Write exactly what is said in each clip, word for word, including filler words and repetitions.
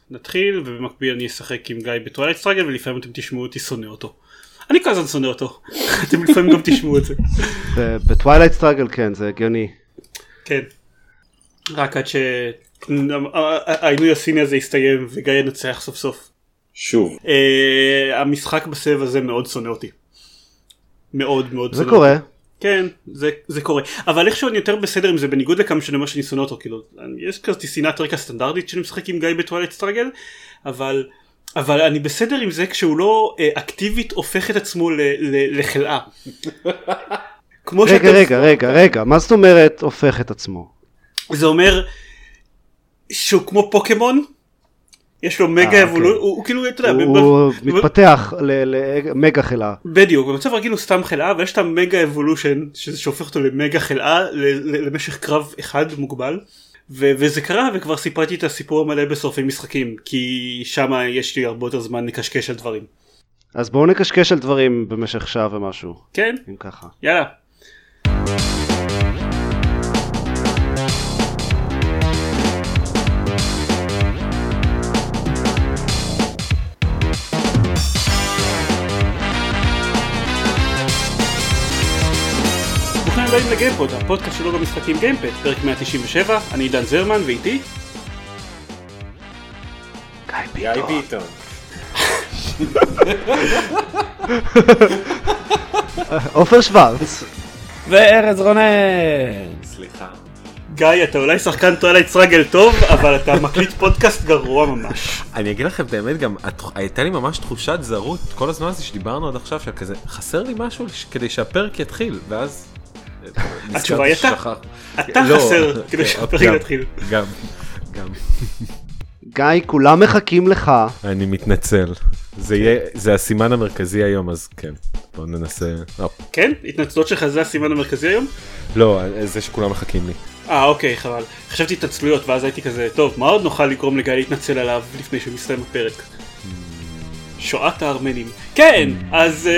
נתחיל, ובמקביל אני אשחק עם גיא בטווילייט סטראגל, ולפעמים אתם תשמעו אותי שונא אותו. אני כל הזמן שונא אותו, אתם לפעמים גם תשמעו את זה. בטווילייט סטראגל כן, זה הגיוני. כן, רק עד שהעינוי הסיני הזה יסתיים וגיא ינצח סוף סוף. שוב. המשחק בסבב הזה מאוד שונא אותי. מאוד מאוד זה קורה. כן, זה, זה קורה. אבל איכשהו אני יותר בסדר עם זה, בניגוד לכמה שאני אומר שאני שונא אותו, כאילו, יש כזאת שנאת רקע סטנדרטית שאני משחק עם גיא בטווילייט סטראגל, אבל, אבל אני בסדר עם זה כשהוא לא אה, אקטיבית הופך את עצמו ל, ל, לחלאה. רגע, שאתה... רגע, רגע, רגע, מה זאת אומרת הופך את עצמו? זה אומר שהוא כמו פוקמון, יש לו מגה אבולוציה, הוא כאילו, אתה יודע, הוא מתפתח למגה חלאה. בדיוק, במצב רגיל הוא סתם חלאה, ויש את המגה אבולושן, שזה שהופך אותו למגה חלאה, למשך קרב אחד מוגבל, וזה קרה, וכבר סיפרתי את הסיפור המלא בסופי משחקים, כי שם יש לי הרבה יותר זמן לקשקש על דברים. אז בואו נקשקש על דברים במשך שעה ומשהו. כן? אם ככה. יאללה. באים לגיימפוד, הפודקאסט שלו במשחקים גיימפד, פרק מאה תשעים ושבע, אני עידן זרמן ואיתי גיא ביטון. עופר שוורץ וארז רונן. סליחה גיא, אתה אולי שחקן טווילייט סטראגל טוב, אבל אתה מקליט פודקאסט גרוע ממש. אני אגיד לכם את האמת, גם הייתה לי ממש תחושת זרות כל הזמן הזה שדיברנו עד עכשיו, שכזה חסר לי משהו כדי שהפרק יתחיל, ואז התשובה הייתה, אתה חסר כדי שהפרק יתחיל. גם, גם. גיא, כולם מחכים לך. אני מתנצל. זה הסימן המרכזי היום, אז כן, בואו ננסה. כן? התנצלות שלך זה הסימן המרכזי היום? לא, זה שכולם מחכים לי. אה, אוקיי, חבל. חשבתי התנצלויות, ואז הייתי כזה, טוב, מה עוד נוכל לגרום לגיא להתנצל עליו לפני שמסתיים הפרק? שואת הארמנים. כן, אז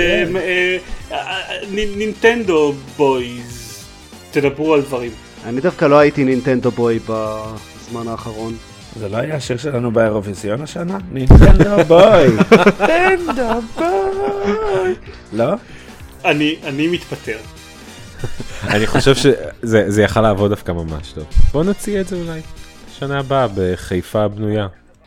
נינטנדו בויז, תדברו על דברים. אני דווקא לא הייתי נינטנדו בוי בזמן האחרון. זה לא היה השיר שלנו באירוויזיון השנה? נינטנדו בוי, נינטנדו בוי. לא? אני מתפטר. אני חושב שזה יכל לעבוד דווקא ממש טוב. בוא נציע את זה אולי שנה הבאה בחיפה הבנויה.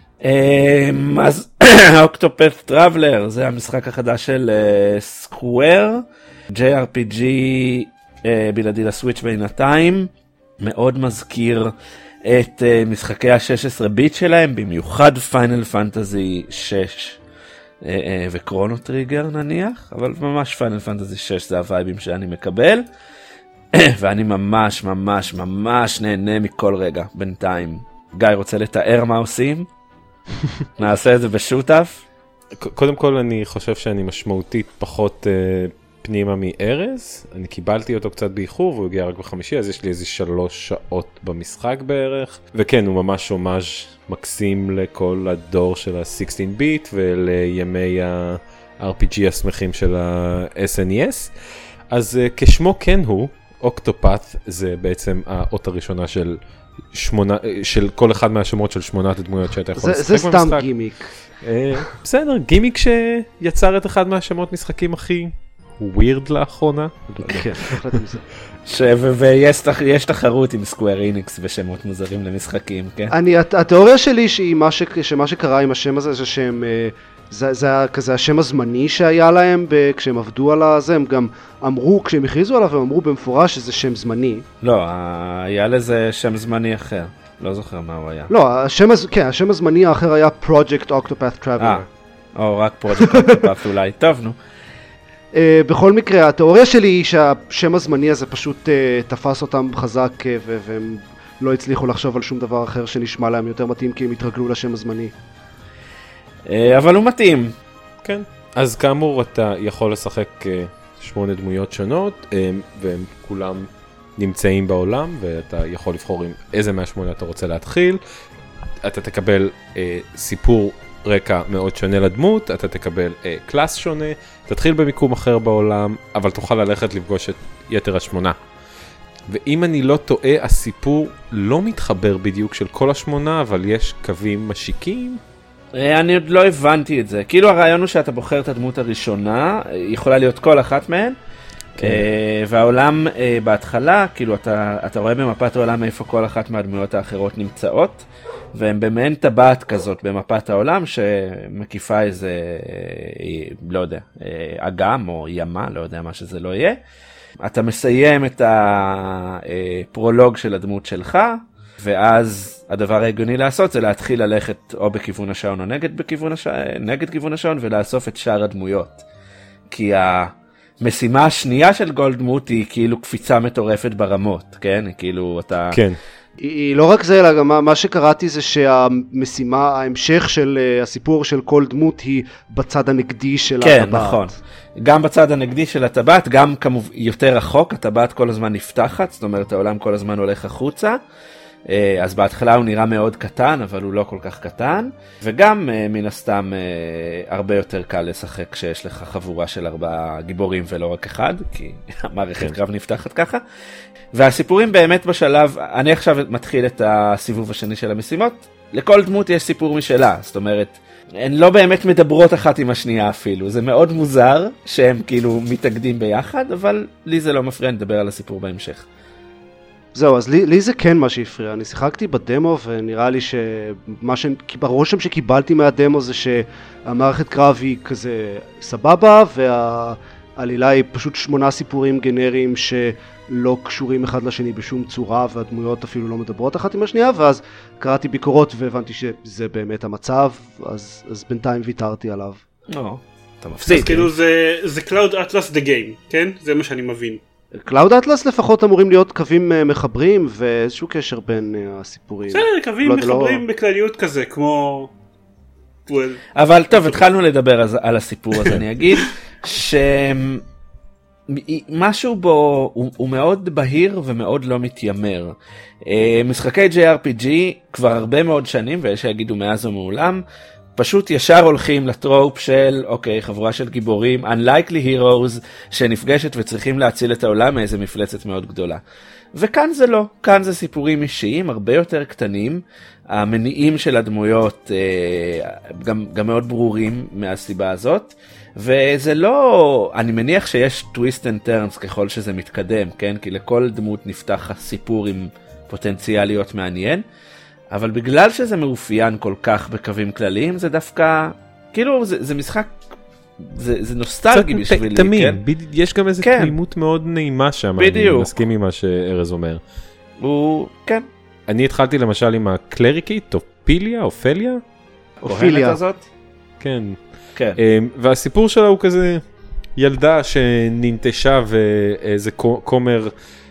אז אוקטופת טראבלר זה המשחק החדש של סקוואר, ג'יי אר פי ג'י בלעדי לסוויץ' בינתיים, מאוד מזכיר את משחקי ה-שש עשרה ביט שלהם, במיוחד פיינל פנטזי שש וקרונו טריגר נניח, אבל ממש פיינל פנטזי שש זה הווייבים שאני מקבל, ואני ממש ממש ממש נהנה מכל רגע בינתיים. גיא רוצה לתאר מה עושים? נעשה את זה בשוטף. קודם כל אני חושב שאני משמעותית פחות פנימה מארז, אני קיבלתי אותו קצת באיחור והוא הגיע רק בחמישי, אז יש לי איזה שלוש שעות במשחק בערך, וכן הוא ממש הומאז' מקסים לכל הדור של ה-שישה עשר ביט ולימי ה-אר פי ג'י השמחים של ה-אס אן אי אס. אז כשמו כן הוא, אוקטופת זה בעצם האות הראשונה של שמונה, של כל אחד מהשמות של שמונת הדמויות שאתה יכול לשחק במשחק. זה סתם גימיק. בסדר, גימיק שיצר את אחד מהשמות משחקים הכי ווירד לאחרונה. כן, בהחלט עם זה. ויש תחרות עם סקוואר איניקס ושמות מוזרים למשחקים, כן? אני, התיאוריה שלי שמה שקרה עם השם הזה זה שהם, זה היה כזה השם הזמני שהיה להם כשהם עבדו על זה, הם גם אמרו, כשהם הכריזו עליו, הם אמרו במפורש שזה שם זמני. לא, היה לזה שם זמני אחר. לא זוכר מה הוא היה. לא, השם, כן, השם הזמני האחר היה Project Octopath Traveler. אה, או רק Project Octopath אולי, טוב נו. Uh, בכל מקרה, התיאוריה שלי היא שהשם הזמני הזה פשוט uh, תפס אותם חזק uh, ו- והם לא הצליחו לחשוב על שום דבר אחר שנשמע להם יותר מתאים כי הם התרגלו לשם הזמני. Uh, אבל הוא מתאים. כן. אז כאמור אתה יכול לשחק uh, שמונה דמויות שונות um, והם כולם נמצאים בעולם ואתה יכול לבחור עם איזה מהשמונה אתה רוצה להתחיל. אתה תקבל uh, סיפור רקע מאוד שונה לדמות, אתה תקבל אה, קלאס שונה, תתחיל במיקום אחר בעולם, אבל תוכל ללכת לפגוש את יתר השמונה. ואם אני לא טועה, הסיפור לא מתחבר בדיוק של כל השמונה, אבל יש קווים משיקים, אני עוד לא הבנתי את זה. כאילו הרעיון הוא שאתה בוחר את הדמות הראשונה, יכולה להיות כל אחת מהן, כן. והעולם בהתחלה, כאילו אתה, אתה רואה במפת העולם איפה כל אחת מהדמויות האחרות נמצאות, והם במעין טבעת כזאת במפת העולם שמקיפה איזה, לא יודע, אגם או ימה, לא יודע מה שזה לא יהיה. אתה מסיים את הפרולוג של הדמות שלך, ואז הדבר ההגיוני לעשות זה להתחיל ללכת או בכיוון השעון או נגד, בכיוון הש... נגד כיוון השעון ולאסוף את שאר הדמויות. כי המשימה השנייה של גולדמוט היא כאילו קפיצה מטורפת ברמות, כן? כאילו אתה... כן. היא לא רק זה, אלא גם מה שקראתי זה שהמשימה, ההמשך של הסיפור של כל דמות היא בצד הנגדי של כן, הטבעת. כן, נכון. גם בצד הנגדי של הטבעת, גם כמובן יותר רחוק, הטבעת כל הזמן נפתחת, זאת אומרת העולם כל הזמן הולך החוצה. אז בהתחלה הוא נראה מאוד קטן, אבל הוא לא כל כך קטן, וגם מן הסתם הרבה יותר קל לשחק כשיש לך חבורה של ארבעה גיבורים ולא רק אחד, כי המערכת קרב נפתחת ככה. והסיפורים באמת בשלב, אני עכשיו מתחיל את הסיבוב השני של המשימות, לכל דמות יש סיפור משלה, זאת אומרת, הן לא באמת מדברות אחת עם השנייה אפילו, זה מאוד מוזר שהם כאילו מתאגדים ביחד, אבל לי זה לא מפריע, נדבר על הסיפור בהמשך. זהו, אז לי, לי זה כן מה שהפריע. אני שיחקתי בדמו ונראה לי שמה שהרושם שקיבלתי מהדמו זה שהמערכת קרב היא כזה סבבה, והעלילה היא פשוט שמונה סיפורים גנריים שלא קשורים אחד לשני בשום צורה, והדמויות אפילו לא מדברות אחת עם השנייה, ואז קראתי ביקורות והבנתי שזה באמת המצב, אז, אז בינתיים ויתרתי עליו. לא, אתה מפסיד. אז כאילו זה, זה Cloud Atlas the Game, כן? זה מה שאני מבין. קלאוד אטלס לפחות אמורים להיות קווים מחברים ואיזשהו קשר בין הסיפורים. בסדר, קווים לא, מחברים לא... בכלליות כזה, כמו... אבל טוב, התחלנו לדבר על הסיפור הזה, אני אגיד שמשהו בו הוא, הוא מאוד בהיר ומאוד לא מתיימר. משחקי ג'יי אר פי ג'י כבר הרבה מאוד שנים, ויש שיגידו מאז ומעולם, פשוט ישר הולכים לטרופ של, אוקיי, חבורה של גיבורים, unlikely heroes, שנפגשת וצריכים להציל את העולם מאיזה מפלצת מאוד גדולה. וכאן זה לא, כאן זה סיפורים אישיים, הרבה יותר קטנים, המניעים של הדמויות אה, גם, גם מאוד ברורים מהסיבה הזאת, וזה לא, אני מניח שיש twist and turns ככל שזה מתקדם, כן? כי לכל דמות נפתח סיפור עם פוטנציאל להיות מעניין, אבל בגלל שזה מאופיין כל כך בקווים כלליים, זה דווקא, כאילו, זה, זה משחק, זה, זה נוסטלגי בשבילי, תמים, כן? ב- יש גם איזו כן. תמימות מאוד נעימה שם, בדיוק. אני מסכים עם מה שארז אומר. הוא, כן. אני התחלתי למשל עם הקלריקית, אופיליה, אופליה? אופיליה. הזאת? כן. כן. והסיפור שלה הוא כזה, ילדה שננטשה ואיזה כומר,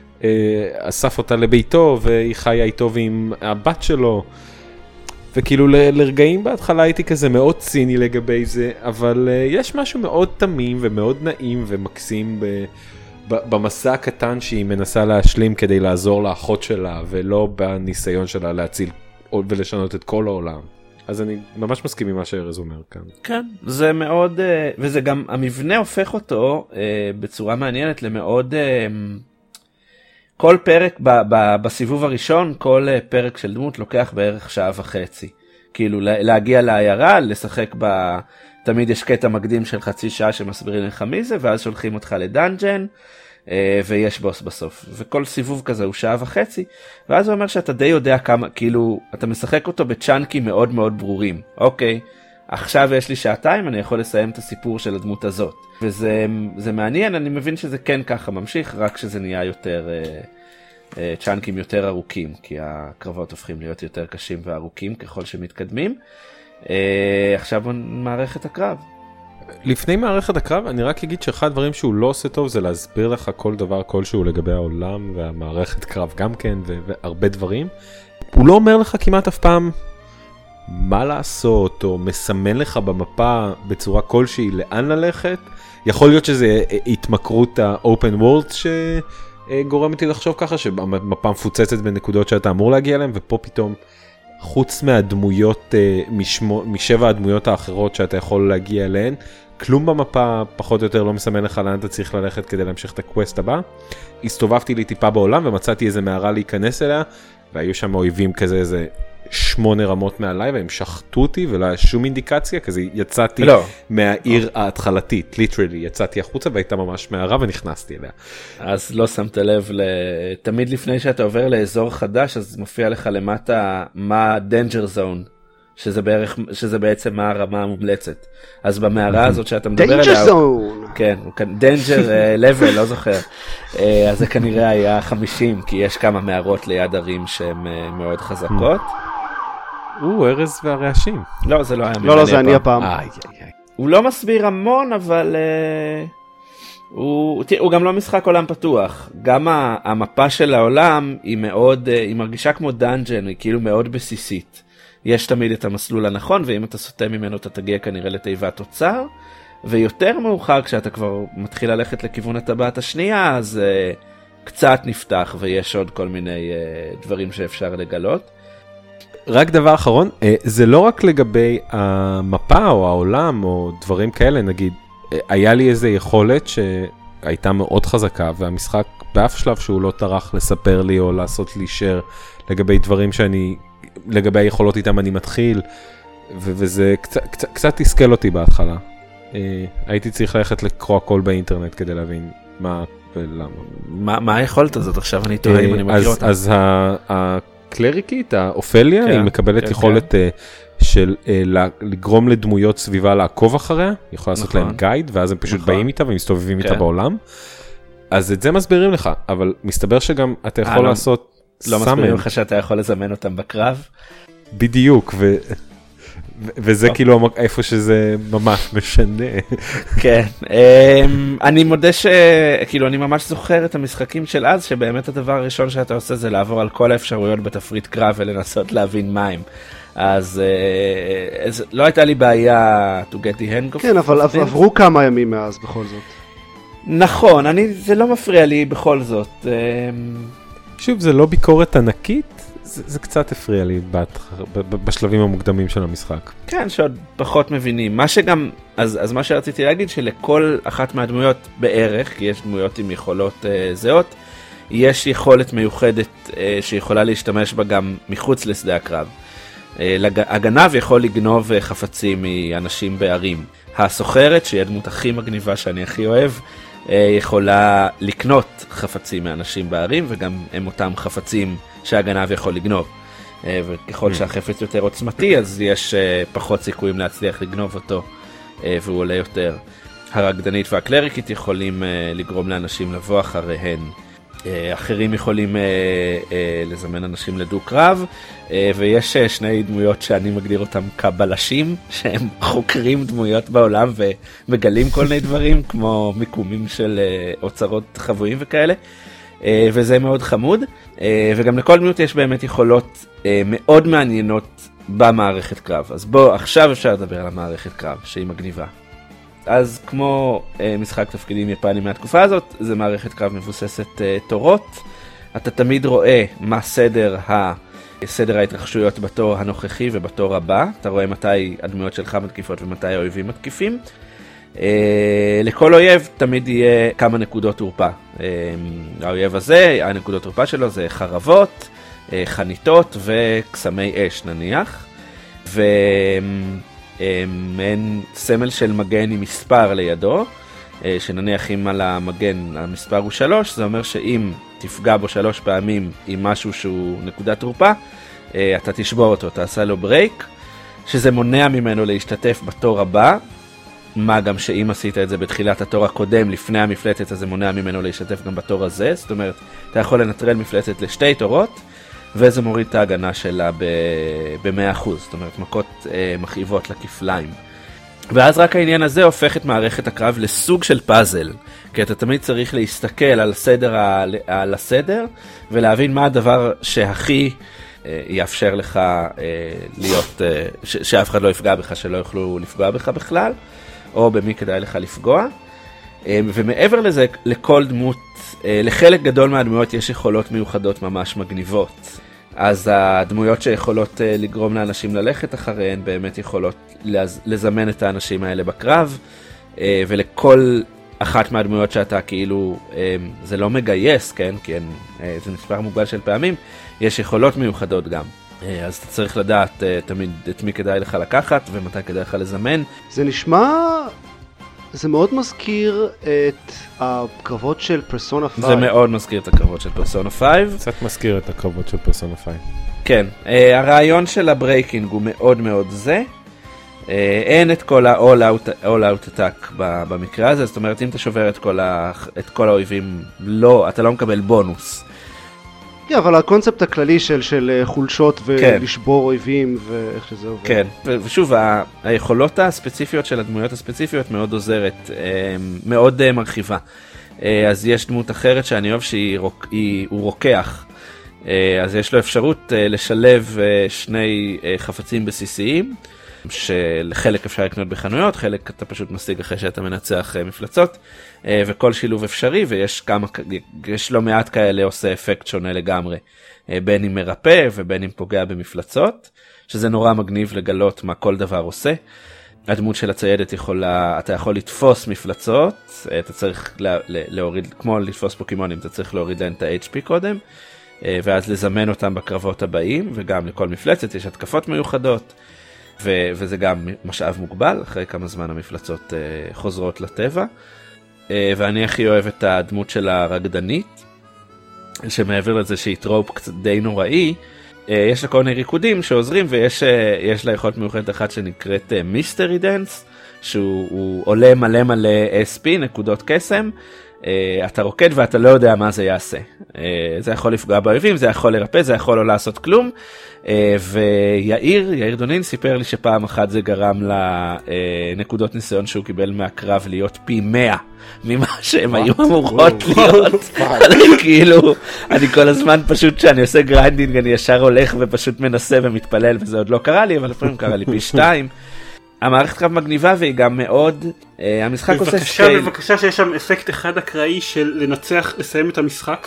אסף אותה לביתו והיא חיה איתו ועם הבת שלו, וכאילו ל- לרגעים בהתחלה הייתי כזה מאוד ציני לגבי זה, אבל uh, יש משהו מאוד תמים ומאוד נעים ומקסים ב- ב- במסע הקטן שהיא מנסה להשלים כדי לעזור לאחות שלה, ולא בניסיון שלה להציל ולשנות את כל העולם. אז אני ממש מסכים עם מה שארז אומר כאן. כן, זה מאוד, uh, וזה גם, המבנה הופך אותו uh, בצורה מעניינת למאוד... Uh, כל פרק ב- ב- בסיבוב הראשון, כל פרק של דמות לוקח בערך שעה וחצי. כאילו להגיע לעיירה, לשחק ב... תמיד יש קטע מקדים של חצי שעה שמסבירים לך מי זה, ואז שולחים אותך לדנג'ן, ויש בוס בסוף. וכל סיבוב כזה הוא שעה וחצי, ואז הוא אומר שאתה די יודע כמה, כאילו, אתה משחק אותו בצ'אנקים מאוד מאוד ברורים. אוקיי, עכשיו יש לי שעתיים, אני יכול לסיים את הסיפור של הדמות הזאת. וזה זה מעניין, אני מבין שזה כן ככה ממשיך, רק שזה נהיה יותר, אה, אה, צ'אנקים יותר ארוכים, כי הקרבות הופכים להיות יותר קשים וארוכים ככל שמתקדמים. אה, עכשיו מערכת הקרב. לפני מערכת הקרב, אני רק אגיד שאחד הדברים שהוא לא עושה טוב, זה להסביר לך כל דבר כלשהו לגבי העולם, והמערכת קרב גם כן, והרבה דברים. הוא לא אומר לך כמעט אף פעם מה לעשות, או מסמן לך במפה בצורה כלשהי לאן ללכת. יכול להיות שזה התמכרות ה-open world שגורמת לי לחשוב ככה, שהמפה מפוצצת בנקודות שאתה אמור להגיע אליהן, ופה פתאום, חוץ מהדמויות, משמו, משבע הדמויות האחרות שאתה יכול להגיע אליהן, כלום במפה פחות או יותר לא מסמן לך לאן אתה צריך ללכת כדי להמשיך את הקווסט הבא. הסתובבתי לי טיפה בעולם ומצאתי איזה מערה להיכנס אליה, והיו שם אויבים כזה, איזה שמונה רמות מעליי, והם שחטו אותי ולא היה שום אינדיקציה, כזה יצאתי לא. מהעיר ההתחלתית, ליטרלי, יצאתי החוצה והייתה ממש מערה ונכנסתי אליה. אז לא שמת לב, תמיד לפני שאתה עובר לאזור חדש, אז מופיע לך למטה מה danger zone, שזה בערך, שזה בעצם מה הרמה המומלצת. אז במערה הזאת שאתה מדבר עליה, danger zone. כן, danger level, לא זוכר. אז זה כנראה היה חמישים, כי יש כמה מערות ליד ערים שהן מאוד חזקות. או, ארז והרעשים. לא, זה לא היה לא, לא, זה אני הפעם. איי, איי, איי. הוא לא מסביר המון, אבל uh, הוא, הוא גם לא משחק עולם פתוח. גם המפה של העולם היא מאוד, uh, היא מרגישה כמו דאנג'ן, היא כאילו מאוד בסיסית. יש תמיד את המסלול הנכון, ואם אתה סוטה ממנו אתה תגיע כנראה לתיבת אוצר, ויותר מאוחר כשאתה כבר מתחיל ללכת לכיוון הטבעת השנייה, אז uh, קצת נפתח ויש עוד כל מיני uh, דברים שאפשר לגלות. רק דבר אחרון, זה לא רק לגבי המפה או העולם או דברים כאלה, נגיד, היה לי איזו יכולת שהייתה מאוד חזקה, והמשחק באף שלב שהוא לא טרח לספר לי או לעשות לי share לגבי דברים שאני, לגבי היכולות איתם אני מתחיל, וזה קצת, קצת, קצת תסכל אותי בהתחלה. הייתי צריך ללכת לקרוא הכל באינטרנט כדי להבין מה ולמה. מה, מה היכולת הזאת? עכשיו אני טועה אם אני מכיר אותה. אז ה... קלריקית, האופליה, כן, היא מקבלת כן, יכולת כן. uh, של uh, לגרום לדמויות סביבה לעקוב אחריה, היא יכולה לעשות נכון. להם גייד, ואז הם פשוט נכון. באים איתה ומסתובבים כן. איתה בעולם. אז את זה מסבירים לך, אבל מסתבר שגם אתה יכול לא- לעשות לא מסבירים סאמן, לך שאתה יכול לזמן אותם בקרב. בדיוק, ו... ו- וזה כאילו המק- איפה שזה ממש משנה. כן, אמ, אני מודה שכאילו אני ממש זוכר את המשחקים של אז, שבאמת הדבר הראשון שאתה עושה זה לעבור על כל האפשרויות בתפריט קרב ולנסות להבין מה הם. אז אה, אז לא הייתה לי בעיה to get the hang of כן, אבל of them. עברו כמה ימים מאז בכל זאת. נכון, אני, זה לא מפריע לי בכל זאת. אמ, שוב, זה לא ביקורת ענקית, זה, זה קצת הפריע לי בת, ב- ב- בשלבים המוקדמים של המשחק. כן, שעוד פחות מבינים. מה שגם, אז, אז מה שרציתי להגיד, שלכל אחת מהדמויות בערך, כי יש דמויות עם יכולות אה, זהות, יש יכולת מיוחדת אה, שיכולה להשתמש בה גם מחוץ לשדה הקרב. אה, לג, הגנב יכול לגנוב אה, חפצים מאנשים בערים. הסוחרת, שהיא הדמות הכי מגניבה שאני הכי אוהב, אה, יכולה לקנות חפצים מאנשים בערים, וגם הם אותם חפצים שהגנב יכול לגנוב. וככל שהחפץ יותר עוצמתי, אז יש פחות סיכויים להצליח לגנוב אותו, והוא עולה יותר. הרקדנית והקלריקית יכולים לגרום לאנשים לבוא אחריהן. אחרים יכולים לזמן אנשים לדו קרב, ויש שני דמויות שאני מגדיר אותם כבלשים, שהם חוקרים דמויות בעולם ומגלים כל מיני דברים, כמו מיקומים של אוצרות חבויים וכאלה. וזה מאוד חמוד, וגם לכל דמות יש באמת יכולות מאוד מעניינות במערכת קרב. אז בוא, עכשיו אפשר לדבר על המערכת קרב, שהיא מגניבה. אז כמו משחק תפקידים יפני מהתקופה הזאת, זה מערכת קרב מבוססת תורות. אתה תמיד רואה מה סדר, ה... סדר ההתרחשויות בתור הנוכחי ובתור הבא. אתה רואה מתי הדמויות שלך מתקיפות ומתי האויבים מתקיפים. Uh, לכל אויב תמיד יהיה כמה נקודות תורפה. Uh, האויב הזה, הנקודות תורפה שלו זה חרבות, uh, חניתות וקסמי אש נניח, ומעין um, סמל של מגן עם מספר לידו, uh, שנניח אם על המגן המספר הוא שלוש, זה אומר שאם תפגע בו שלוש פעמים עם משהו שהוא נקודת תורפה, uh, אתה תשבור אותו, תעשה לו ברייק, שזה מונע ממנו להשתתף בתור הבא, מה גם שאם עשית את זה בתחילת התור הקודם, לפני המפלצת, אז זה מונע ממנו להשתתף גם בתור הזה. זאת אומרת, אתה יכול לנטרל מפלצת לשתי תורות, וזה מוריד את ההגנה שלה ב-מאה אחוז. זאת אומרת, מכות אה, מכאיבות לכפליים. ואז רק העניין הזה הופך את מערכת הקרב לסוג של פאזל. כי אתה תמיד צריך להסתכל על הסדר, על הסדר ולהבין מה הדבר שהכי אה, יאפשר לך אה, להיות, אה, ש- שאף אחד לא יפגע בך, שלא יוכלו לפגוע בך בכלל. או במי כדאי לך לפגוע. ומעבר לזה, לכל דמות, לחלק גדול מהדמויות יש יכולות מיוחדות ממש מגניבות. אז הדמויות שיכולות לגרום לאנשים ללכת אחריהן באמת יכולות לזמן את האנשים האלה בקרב, ולכל אחת מהדמויות שאתה כאילו, זה לא מגייס, כן? כי זה מספר מוגבל של פעמים, יש יכולות מיוחדות גם. אז אתה צריך לדעת תמיד את מי כדאי לך לקחת ומתי כדאי לך לזמן. זה נשמע, זה מאוד מזכיר את הקרבות של פרסונה חמש. זה מאוד מזכיר את הקרבות של פרסונה חמש. קצת מזכיר את הקרבות של פרסונה חמש. כן, הרעיון של הברייקינג הוא מאוד מאוד זה. אין את כל ה-all out, all out attack במקרה הזה, זאת אומרת אם אתה שובר את כל, ה- את כל האויבים, לא, אתה לא מקבל בונוס. כן, אבל הקונספט הכללי של, של חולשות ולשבור אויבים ואיך שזה עובד. כן, ושוב, ה- היכולות הספציפיות של הדמויות הספציפיות מאוד עוזרת, מאוד מרחיבה. אז יש דמות אחרת שאני אוהב שהוא רוקח, אז יש לו אפשרות לשלב שני חפצים בסיסיים, שלחלק אפשר לקנות בחנויות, חלק אתה פשוט משיג אחרי שאתה מנצח מפלצות, וכל שילוב אפשרי, ויש כמה, יש לא מעט כאלה עושה אפקט שונה לגמרי, בין אם מרפא ובין אם פוגע במפלצות, שזה נורא מגניב לגלות מה כל דבר עושה. הדמות של הציידת יכולה, אתה יכול לתפוס מפלצות, אתה צריך להוריד, כמו לתפוס פוקימונים, אתה צריך להוריד להם את ה-אייץ' פי קודם, ואז לזמן אותם בקרבות הבאים, וגם לכל מפלצת יש התקפות מיוחדות, ו- וזה גם משאב מוגבל, אחרי כמה זמן המפלצות uh, חוזרות לטבע. Uh, ואני הכי אוהב את הדמות של הרקדנית, שמעבר לזה שהיא טרופ קצת די נוראי, uh, יש לה כל מיני ריקודים שעוזרים, ויש uh, יש לה יכולת מיוחדת אחת שנקראת מיסטרי דנס, שהוא עולה מלא מלא אס פי, נקודות קסם, uh, אתה רוקד ואתה לא יודע מה זה יעשה. Uh, זה יכול לפגוע באויבים, זה יכול לרפא, זה יכול לא לעשות כלום, Uh, ויאיר, יאיר דונין סיפר לי שפעם אחת זה גרם לנקודות ניסיון שהוא קיבל מהקרב להיות פי מאה ממה שהם היו אמורות להיות. אני כאילו, אני כל הזמן פשוט כשאני עושה גריינדינג אני ישר הולך ופשוט מנסה ומתפלל, וזה עוד לא קרה לי, אבל לפעמים קרה לי פי שתיים. המערכת קרב מגניבה והיא גם מאוד, uh, המשחק עושה סקייל. בבקשה שיש שם אפקט אחד אקראי של לנצח, לסיים את המשחק.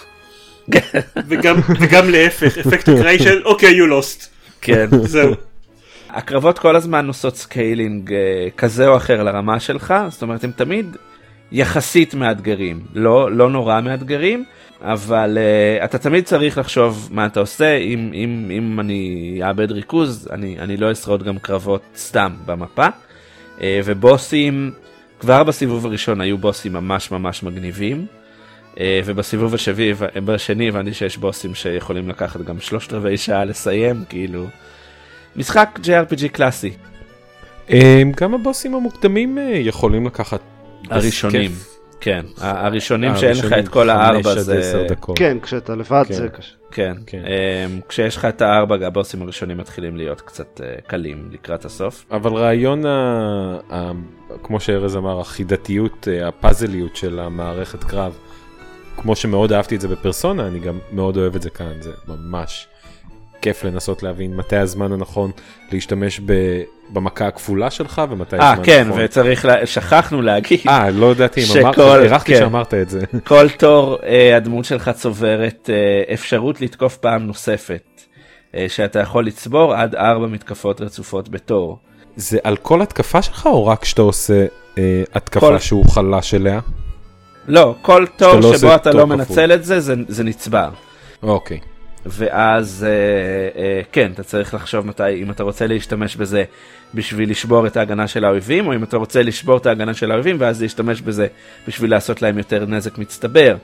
וגם, וגם להפך, אפקט אקראי של אוקיי, you lost. כן. זהו. הקרבות כל הזמן עושות סקיילינג כזה או אחר לרמה שלך, זאת אומרת הם תמיד יחסית מאתגרים, לא, לא נורא מאתגרים, אבל uh, אתה תמיד צריך לחשוב מה אתה עושה. אם, אם, אם אני אאבד ריכוז, אני, אני לא אשרוד גם קרבות סתם במפה, uh, ובוסים, כבר בסיבוב הראשון היו בוסים ממש ממש מגניבים, Uh, ובסיבוב השני, בשני הבנתי שיש בוסים שיכולים לקחת גם שלושת רבעי שעה לסיים, כאילו משחק ג'יי אר פי ג'י קלאסי. Um, גם הבוסים המוקדמים uh, יכולים לקחת הראשונים, כן, הראשונים שאין לך את כל הארבע זה... כן, כשאתה לבד זה קשה. כן, כן. Um, כשיש לך את הארבע, הבוסים הראשונים מתחילים להיות קצת uh, קלים לקראת הסוף. אבל רעיון, ה... ה... כמו שארז אמר, החידתיות, הפאזליות של המערכת קרב, כמו שמאוד אהבתי את זה בפרסונה, אני גם מאוד אוהב את זה כאן, זה ממש כיף לנסות להבין מתי הזמן הנכון להשתמש ב... במכה הכפולה שלך, ומתי הזמן הנכון. אה, כן, נכון. וצריך, לה... שכחנו להגיד. אה, לא ידעתי אם אמרת, הרחתי כן. שאמרת את זה. כל תור, אה, הדמות שלך צוברת אה, אפשרות לתקוף פעם נוספת, אה, שאתה יכול לצבור עד ארבע מתקפות רצופות בתור. זה על כל התקפה שלך, או רק שאתה עושה אה, התקפה כל... שהוא חלש אליה? לא, כל תור לא שבו אתה לא מנצל את זה, זה, זה נצבר. אוקיי. ואז, אה, אה, כן, אתה צריך לחשוב מתי, אם אתה רוצה להשתמש בזה בשביל לשבור את ההגנה של האויבים, או אם אתה רוצה לשבור את ההגנה של האויבים, ואז להשתמש בזה בשביל לעשות להם יותר נזק מצטבר.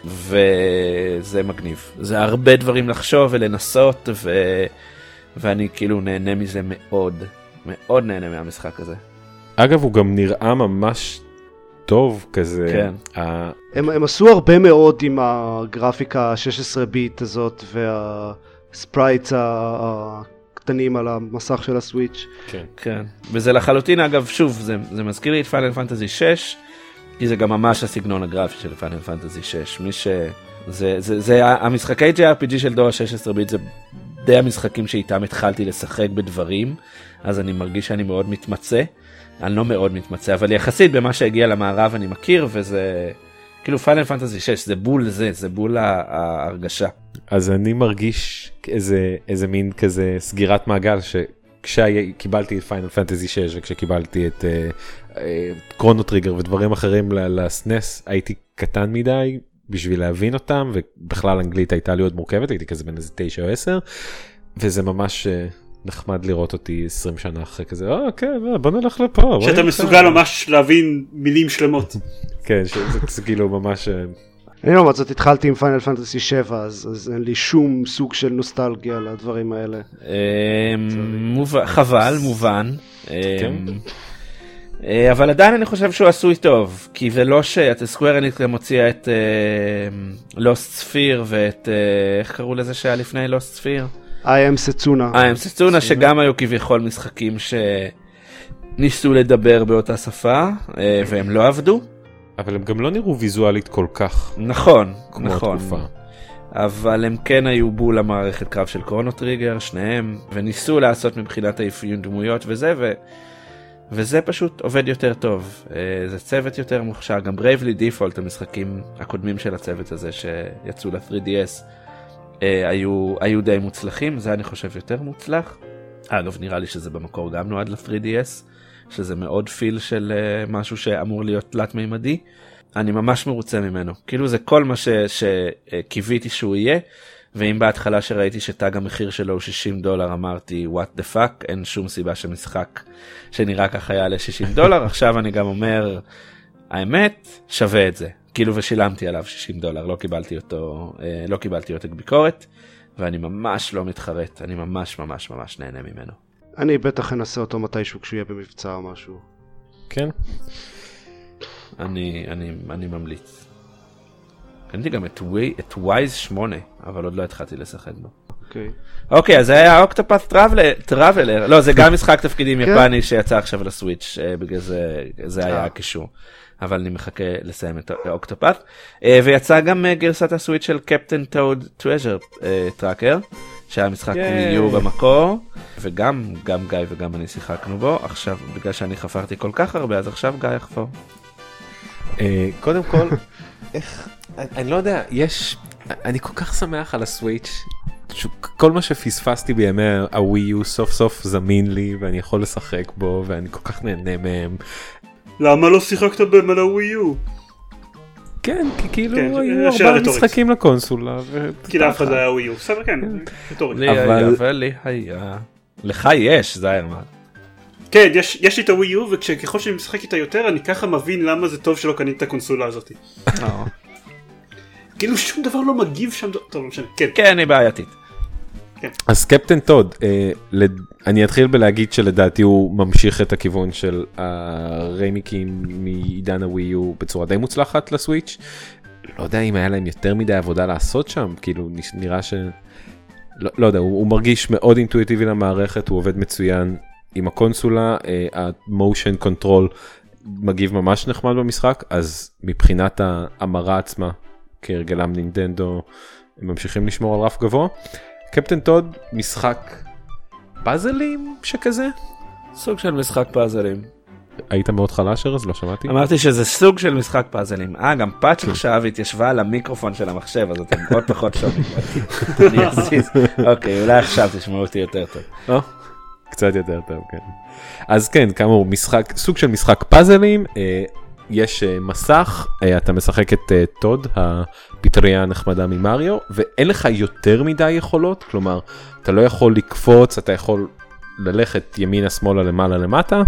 וזה מגניב. זה הרבה דברים לחשוב ולנסות, ו... ואני כאילו נהנה מזה מאוד, מאוד נהנה מהמשחק הזה. אגב, הוא גם נראה ממש טוב כזה. כן. ה... הם, הם עשו הרבה מאוד עם הגרפיקה ה-שש עשרה ביט הזאת והספרייטס הקטנים על המסך של הסוויץ'. כן. כן. וזה לחלוטין, אגב, שוב, זה, זה מזכיר לי את פיינל פנטזי שש, כי זה גם ממש הסגנון הגרפי של פיינל פנטזי שש. מי ש... זה, זה, זה, המשחקי ג'יי אר פי ג'י של דור ה-שש עשרה ביט זה די המשחקים שאיתם התחלתי לשחק בדברים, אז אני מרגיש שאני מאוד מתמצא. אני לא מאוד מתמצא, אבל יחסית במה שהגיע למערב אני מכיר, וזה כאילו פיינל פנטזי שש, זה בול זה, זה בול ההרגשה. אז אני מרגיש איזה, איזה מין כזה סגירת מעגל, שכשקיבלתי את פיינל פנטזי שש, וכשקיבלתי את קרונו טריגר ודברים אחרים לסנס, הייתי קטן מדי בשביל להבין אותם, ובכלל אנגלית הייתה לי עוד מורכבת, הייתי כזה בין איזה תשע או עשר, וזה ממש נחמד לראות אותי עשרים שנה אחרי כזה, אה כן, בוא נלך לפה. שאתה מסוגל ממש להבין מילים שלמות. כן, זה כאילו ממש... אני לעומת זאת התחלתי עם פיינל פנטסי שבע, אז אין לי שום סוג של נוסטלגיה לדברים האלה. חבל, מובן. אבל עדיין אני חושב שהוא עשוי טוב, כי זה לא שאת סקוואר אניקס גם הוציאה את לוסט ספיר ואת, איך קראו לזה שהיה לפני לוסט ספיר? I am סצונה. I am סצונה, שגם היו כביכול משחקים שניסו לדבר באותה שפה, והם לא עבדו. אבל הם גם לא נראו ויזואלית כל כך. נכון, כמו נכון. התקופה. אבל הם כן היו בול המערכת קרב של קרונו טריגר, שניהם, וניסו לעשות מבחינת האפיון דמויות וזה, ו... וזה פשוט עובד יותר טוב. זה צוות יותר מוכשר, גם ברייבלי דיפולט, המשחקים הקודמים של הצוות הזה שיצאו ל-תרי די אס, היו, היו די מוצלחים, זה אני חושב יותר מוצלח. אגב, נראה לי שזה במקור גם נועד ל-תרי די אס, שזה מאוד פיל של משהו שאמור להיות תלת מימדי. אני ממש מרוצה ממנו. כאילו זה כל מה ש, שקיוויתי שהוא יהיה, ואם בהתחלה שראיתי שטאג המחיר שלו הוא שישים דולר, אמרתי, what the fuck, אין שום סיבה שמשחק שנראה ככה היה ל-שישים דולר, עכשיו אני גם אומר, האמת, שווה את זה. כאילו ושילמתי עליו שישים דולר, לא קיבלתי אותו, לא קיבלתי עותק ביקורת, ואני ממש לא מתחרט, אני ממש ממש ממש נהנה ממנו. אני בטח אנסה אותו מתישהו כשהוא יהיה במבצע או משהו. כן. אני, אני, אני ממליץ. קניתי גם את, ווי, את ווייז שמונה, אבל עוד לא התחלתי לשחק בו. אוקיי. אוקיי, אז זה היה אוקטופאת' טראבלר. לא, זה גם משחק תפקידים יפני שיצא עכשיו לסוויץ', בגלל זה, זה היה הקישור. אבל אני מחכה לסיים את אוקטופאת'. ויצא גם גרסת הסוויץ' של קפטן טוד טרז'ר טראקר, שהיה משחק ויו במקור, וגם גם גיא וגם אני שיחקנו בו. עכשיו, בגלל שאני חפרתי כל כך הרבה, אז עכשיו גיא יחפור. קודם כל, איך, אני לא יודע, יש, אני כל כך שמח על הסוויץ', כל מה שפספסתי בימי הווי יו סוף סוף זמין לי, ואני יכול לשחק בו, ואני כל כך נהנה מהם. למה לא שיחקת בהם על הווי יו? כן, כי כאילו היו ארבעה משחקים לקונסולה. כי לאף אחד היה ווי יו, בסדר, כן, רטורית. לי היה ולי היה. לך יש, זיירמן. כן, יש לי את הווי יו, וככל שאני משחק איתה יותר, אני ככה מבין למה זה טוב שלא קנית את הקונסולה הזאת. כאילו שום דבר לא מגיב שם, טוב, לא משנה, כן. כן, היא בעייתית. אז קפטן טוד, אני אתחיל בלהגיד שלדעתי הוא ממשיך את הכיוון של הרמיקים מעידן הווי יו בצורה די מוצלחת לסוויץ'. לא יודע אם היה להם יותר מדי עבודה לעשות שם, כאילו נראה ש... לא, לא יודע, הוא, הוא מרגיש מאוד אינטואיטיבי למערכת, הוא עובד מצוין עם הקונסולה, המושן קונטרול מגיב ממש נחמד במשחק, אז מבחינת ההמרה עצמה, כהרגלם נינטנדו, הם ממשיכים לשמור על רף גבוה. קפטן טוד, משחק פאזלים שכזה? סוג של משחק פאזלים. היית מאוד חלש אז לא שמעתי? אמרתי שזה סוג של משחק פאזלים. אה, גם פאץ' עכשיו התיישבה על המיקרופון של המחשב, אז אתם עוד פחות שומעים. אני אעשיס. אוקיי, אולי עכשיו תשמעו אותי יותר טוב. קצת יותר טוב, כן. אז כן, כאמור, משחק, סוג של משחק פאזלים, יש מסך, אתה משחק את טוד, הפטריה הנחמדה ממריו, ואין לך יותר מדי יכולות, כלומר, אתה לא יכול לקפוץ, אתה יכול ללכת ימינה, שמאלה, למעלה, למטה,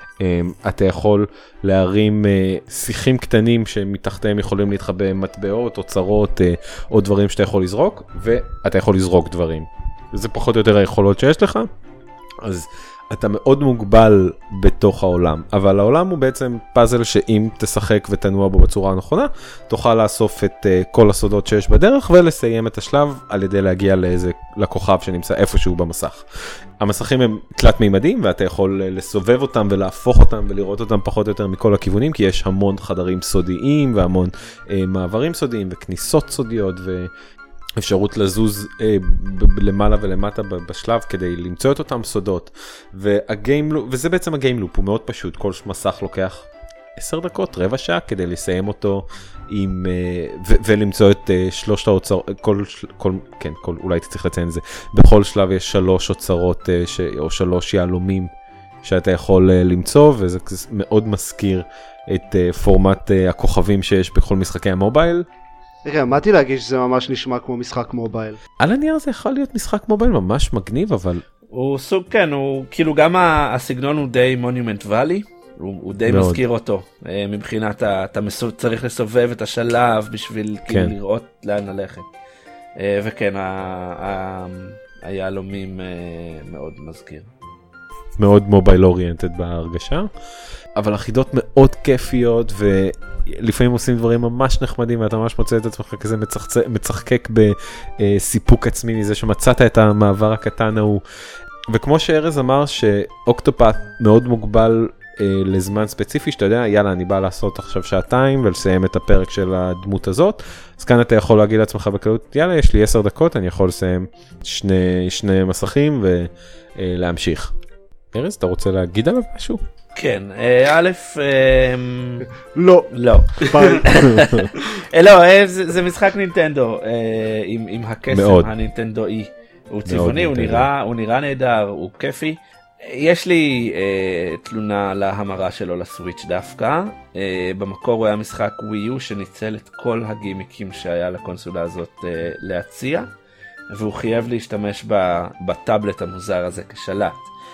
אתה יכול להרים שיחים קטנים שמתחתיהם יכולים להתחבא מטבעות, אוצרות, או דברים שאתה יכול לזרוק, ואתה יכול לזרוק דברים. זה פחות או יותר היכולות שיש לך, אז אתה מאוד מוגבל בתוך העולם, אבל העולם הוא בעצם פאזל שאם תשחק ותנוע בו בצורה הנכונה, תוכל לאסוף את uh, כל הסודות שיש בדרך ולסיים את השלב על ידי להגיע לאיזה לכוכב שנמצא איפשהו במסך. המסכים הם תלת מימדים ואתה יכול לסובב אותם ולהפוך אותם ולראות אותם פחות או יותר מכל הכיוונים, כי יש המון חדרים סודיים והמון uh, מעברים סודיים וכניסות סודיות ו... אפשרות לזוז אה, ב- למעלה ולמטה ב- בשלב כדי למצוא את אותם סודות, והגיימלופ, וזה בעצם הגיימלופ, הוא מאוד פשוט, כל מסך לוקח עשר דקות, רבע שעה, כדי לסיים אותו עם, אה, ו- ולמצוא את אה, שלושת האוצרות, כל, כל, כן, כל, אולי תצטרך לציין את זה, בכל שלב יש שלוש אוצרות, אה, ש- או שלוש יעלומים שאתה יכול אה, למצוא, וזה מאוד מזכיר את אה, פורמט אה, הכוכבים שיש בכל משחקי המובייל, רגע, עמדתי להגיד שזה ממש נשמע כמו משחק מובייל. על הנייר זה יכול להיות משחק מובייל ממש מגניב, אבל... הוא סוג, כן, הוא כאילו גם הסגנון הוא די מונומנט ואלי, הוא, הוא די מאוד. מזכיר אותו, מבחינת ה, אתה מסוב, צריך לסובב את השלב בשביל כן. כאילו לראות לאן ללכת. וכן, היהלומים מאוד מזכיר. מאוד מובייל אוריינטד בהרגשה, אבל החידות מאוד כיפיות, ולפעמים עושים דברים ממש נחמדים, ואתה ממש מוצא את עצמך כזה מצחצ... מצחקק בסיפוק עצמי מזה שמצאת את המעבר הקטן ההוא. וכמו שארז אמר שאוקטופת מאוד מוגבל אה, לזמן ספציפי, שאתה יודע, יאללה, אני בא לעשות עכשיו שעתיים ולסיים את הפרק של הדמות הזאת, אז כאן אתה יכול להגיד לעצמך בקלות, יאללה, יש לי עשר דקות, אני יכול לסיים שני, שני מסכים ולהמשיך. ארז, אתה רוצה להגיד עליו משהו? כן, א', לא. לא. לא, זה משחק נינטנדו עם הקסם הנינטנדואי. הוא צבעוני, הוא נראה נהדר, הוא כיפי. יש לי תלונה להמרה שלו לסוויץ' דווקא. במקור הוא היה משחק ווי יו שניצל את כל הגימיקים שהיה לקונסולה הזאת להציע, והוא חייב להשתמש בטאבלט המוזר הזה כשלט.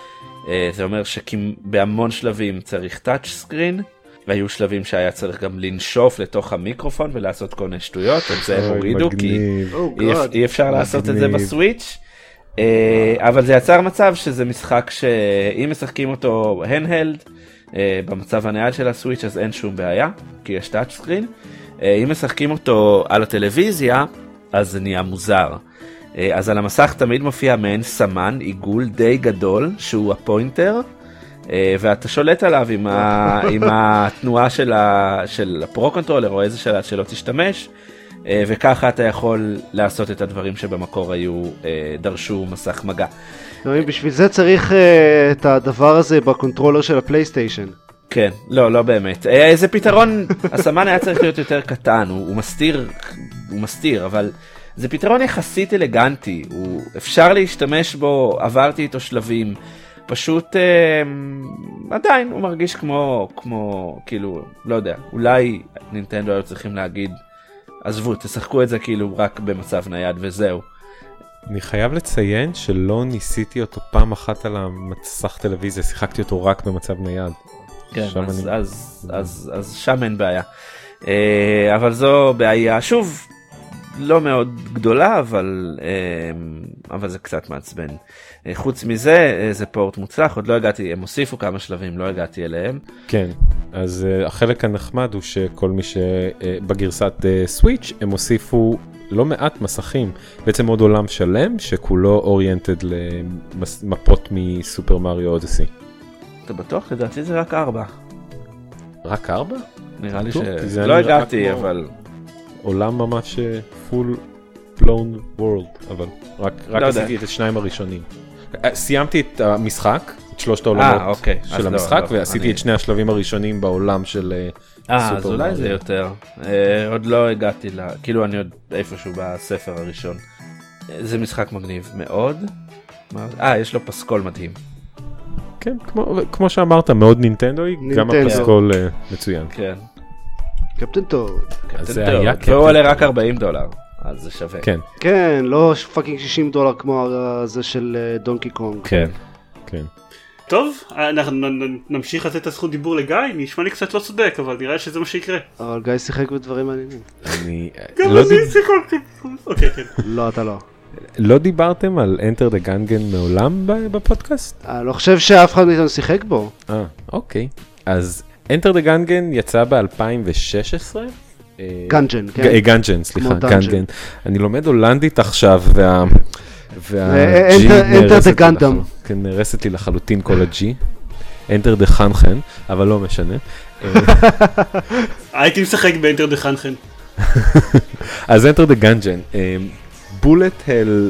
זה אומר שבהמון שלבים צריך טאץ' סקרין, והיו שלבים שהיה צריך גם לנשוף לתוך המיקרופון ולעשות כל מיני שטויות, את זה הם הורידו כי אי אפשר לעשות את זה בסוויץ', אבל זה יצר מצב שזה משחק שאם משחקים אותו הנדהלד, במצב הנייד של הסוויץ' אז אין שום בעיה, כי יש טאץ' סקרין, אם משחקים אותו על הטלוויזיה אז זה נהיה מוזר. אז על המסך תמיד מופיע מעין סמן, עיגול די גדול, שהוא הפוינטר, ואתה שולט עליו עם, ה, עם התנועה של, ה, של הפרו-קונטרולר, או איזה שלט שלא תשתמש, וככה אתה יכול לעשות את הדברים שבמקור היו, דרשו מסך מגע. בשביל זה צריך את הדבר הזה בקונטרולר של הפלייסטיישן. כן, לא, לא באמת. איזה פתרון, הסמן היה צריך להיות יותר קטן, הוא, הוא מסתיר, הוא מסתיר, אבל... זה פתרון יחסית אלגנטי, הוא אפשר להשתמש בו, עברתי איתו שלבים, פשוט אה, עדיין הוא מרגיש כמו, כמו, כאילו, לא יודע, אולי נינטנדו היו צריכים להגיד, עזבו, תשחקו את זה כאילו רק במצב נייד וזהו. אני חייב לציין שלא ניסיתי אותו פעם אחת על המסך טלוויזיה, שיחקתי אותו רק במצב נייד. כן, אז, אני... אז, אז, אז שם אין בעיה. אה, אבל זו בעיה, שוב, לא מאוד גדולה, אבל, אבל זה קצת מעצבן. חוץ מזה, זה פורט מוצלח, עוד לא הגעתי, הם הוסיפו כמה שלבים, לא הגעתי אליהם. כן, אז החלק הנחמד הוא שכל מי שבגרסת סוויץ' הם הוסיפו לא מעט מסכים, בעצם עוד עולם שלם שכולו אוריינטד למפות מסופר מריו אודיסי. אתה בטוח? לדעתי זה רק ארבע. רק ארבע? נראה לי שלא הגעתי, אבל... עולם ממש full blown world, אבל רק, רק לא עשיתי יודע. את השניים הראשונים. סיימתי את המשחק, את שלושת העולמות 아, אוקיי. של המשחק, לא, ועשיתי אני... את שני השלבים הראשונים בעולם של אה, אז אולי מריו. זה יותר. אה, עוד לא הגעתי לה, כאילו אני עוד איפשהו בספר הראשון. זה משחק מגניב מאוד. אה, יש לו פסקול מדהים. כן, כמו, כמו שאמרת, מאוד נינטנדוי, גם הפסקול מצוין. כן. קפטן טוב. קפטן טוב. והוא עולה רק ארבעים דולר, אז זה שווה. כן. כן, לא פאקינג שישים דולר כמו זה של דונקי קונג. כן, כן. טוב, אנחנו נמשיך לתת את הזכות דיבור לגיא, נשמע לי קצת לא צודק, אבל נראה שזה מה שיקרה. אבל גיא שיחק בדברים מעניינים. אני... גם אני שיחקתי. אוקיי, כן. לא, אתה לא. לא דיברתם על Enter the Gungeon מעולם בפודקאסט? אני לא חושב שאף אחד מאיתנו שיחק בו. אה, אוקיי. אז Enter the Gungeon יצא ב-אלפיים ושש עשרה. גנג'ן, כן. גנג'ן, סליחה, גנג'ן. אני לומד הולנדית עכשיו, וה... Enter the Gundam. נרסת לי לחלוטין כל ה-G. Enter the חנחן, אבל לא משנה. הייתי משחק ב-Enter the חנחן. אז Enter the Gungeon. בולט הל...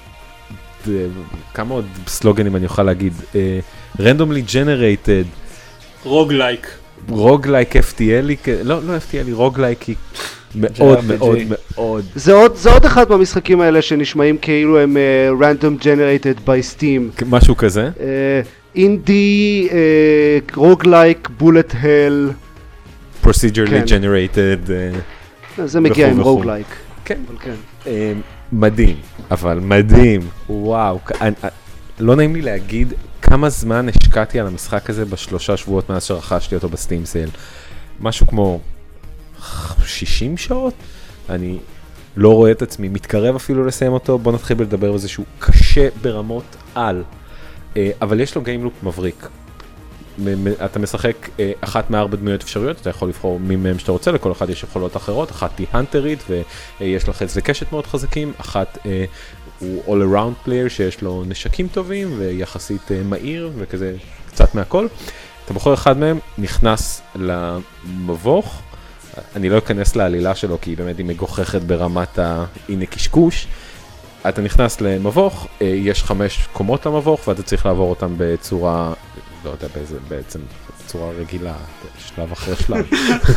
כמה עוד סלוגנים אני אוכל להגיד? randomly generated. רוגלייק. רוגלייק אף טי אל, לא, לא אף טי אל, רוגלייק היא מאוד מאוד מאוד. זה עוד אחד מהמשחקים האלה שנשמעים כאילו הם random generated by Steam. משהו כזה? אינדי, רוגלייק, בולט הל. procedurally generated. זה מגיע עם רוגלייק. כן, כן. מדהים, אבל מדהים, וואו, לא נעים לי להגיד כמה זמן השקעתי על המשחק הזה בשלושה שבועות מאז שרכשתי אותו בסטים סייל. משהו כמו שישים שעות, אני לא רואה את עצמי, מתקרב אפילו לסיים אותו, בוא נתחיל לדבר על זה שהוא קשה ברמות על, אבל יש לו גיימלופ מבריק. אתה משחק אחת מארבע דמויות אפשריות, אתה יכול לבחור מי מהם שאתה רוצה, לכל אחד יש יכולות אחרות, אחת היא הנטרית ויש לך איזה קשת מאוד חזקים, אחת הוא all around player שיש לו נשקים טובים ויחסית מהיר וכזה קצת מהכל. אתה בוחר אחד מהם, נכנס למבוך, אני לא אכנס לעלילה שלו כי באמת היא מגוחכת ברמת הנה קשקוש. אתה נכנס למבוך, יש חמש קומות למבוך ואתה צריך לעבור אותם בצורה, לא יודע באיזה, בעצם בצורה רגילה, שלב אחרי שלב.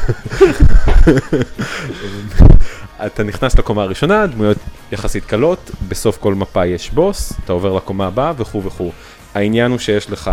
אתה נכנס לקומה הראשונה, דמויות יחסית קלות, בסוף כל מפה יש בוס, אתה עובר לקומה הבאה וכו' וכו'. העניין הוא שיש לך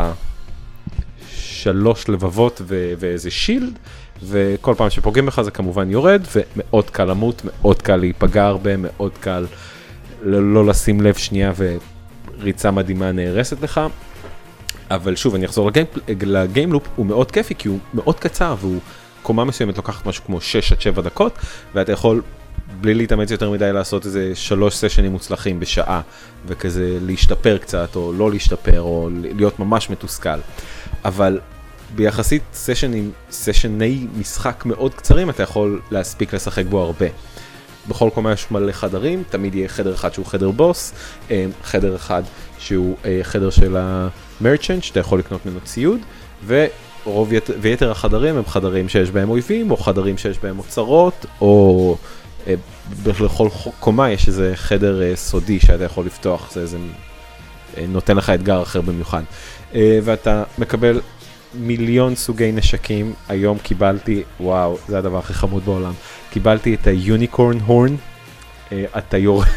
שלוש לבבות ו- ואיזה שילד, וכל פעם שפוגעים בך זה כמובן יורד, ומאוד קל למות, מאוד קל להיפגע הרבה, מאוד קל לא, לא לשים לב שנייה וריצה מדהימה נהרסת לך. אבל שוב, אני אחזור לגיימ, לגיימלופ, הוא מאוד כיפי כי הוא מאוד קצר, והוא קומה מסוימת לוקחת משהו כמו שש עד שבע דקות, ואתה יכול בלי להתאמץ יותר מדי לעשות איזה שלוש סשנים מוצלחים בשעה, וכזה להשתפר קצת, או לא להשתפר, או להיות ממש מתוסכל. אבל ביחסית סשנים, סשני משחק מאוד קצרים, אתה יכול להספיק לשחק בו הרבה. בכל קומה יש מלא חדרים, תמיד יהיה חדר אחד שהוא חדר בוס, חדר אחד שהוא חדר של המרצ'נט, שאתה יכול לקנות ממנו ציוד, ורוב ויתר החדרים הם חדרים שיש בהם אויבים, או חדרים שיש בהם אוצרות, או בכל קומה יש איזה חדר סודי שאתה יכול לפתוח, זה, זה נותן לך אתגר אחר במיוחד. ואתה מקבל מיליון סוגי נשקים, היום קיבלתי, וואו, זה הדבר הכי חמוד בעולם, קיבלתי את היוניקורן הורן, אתה יורה,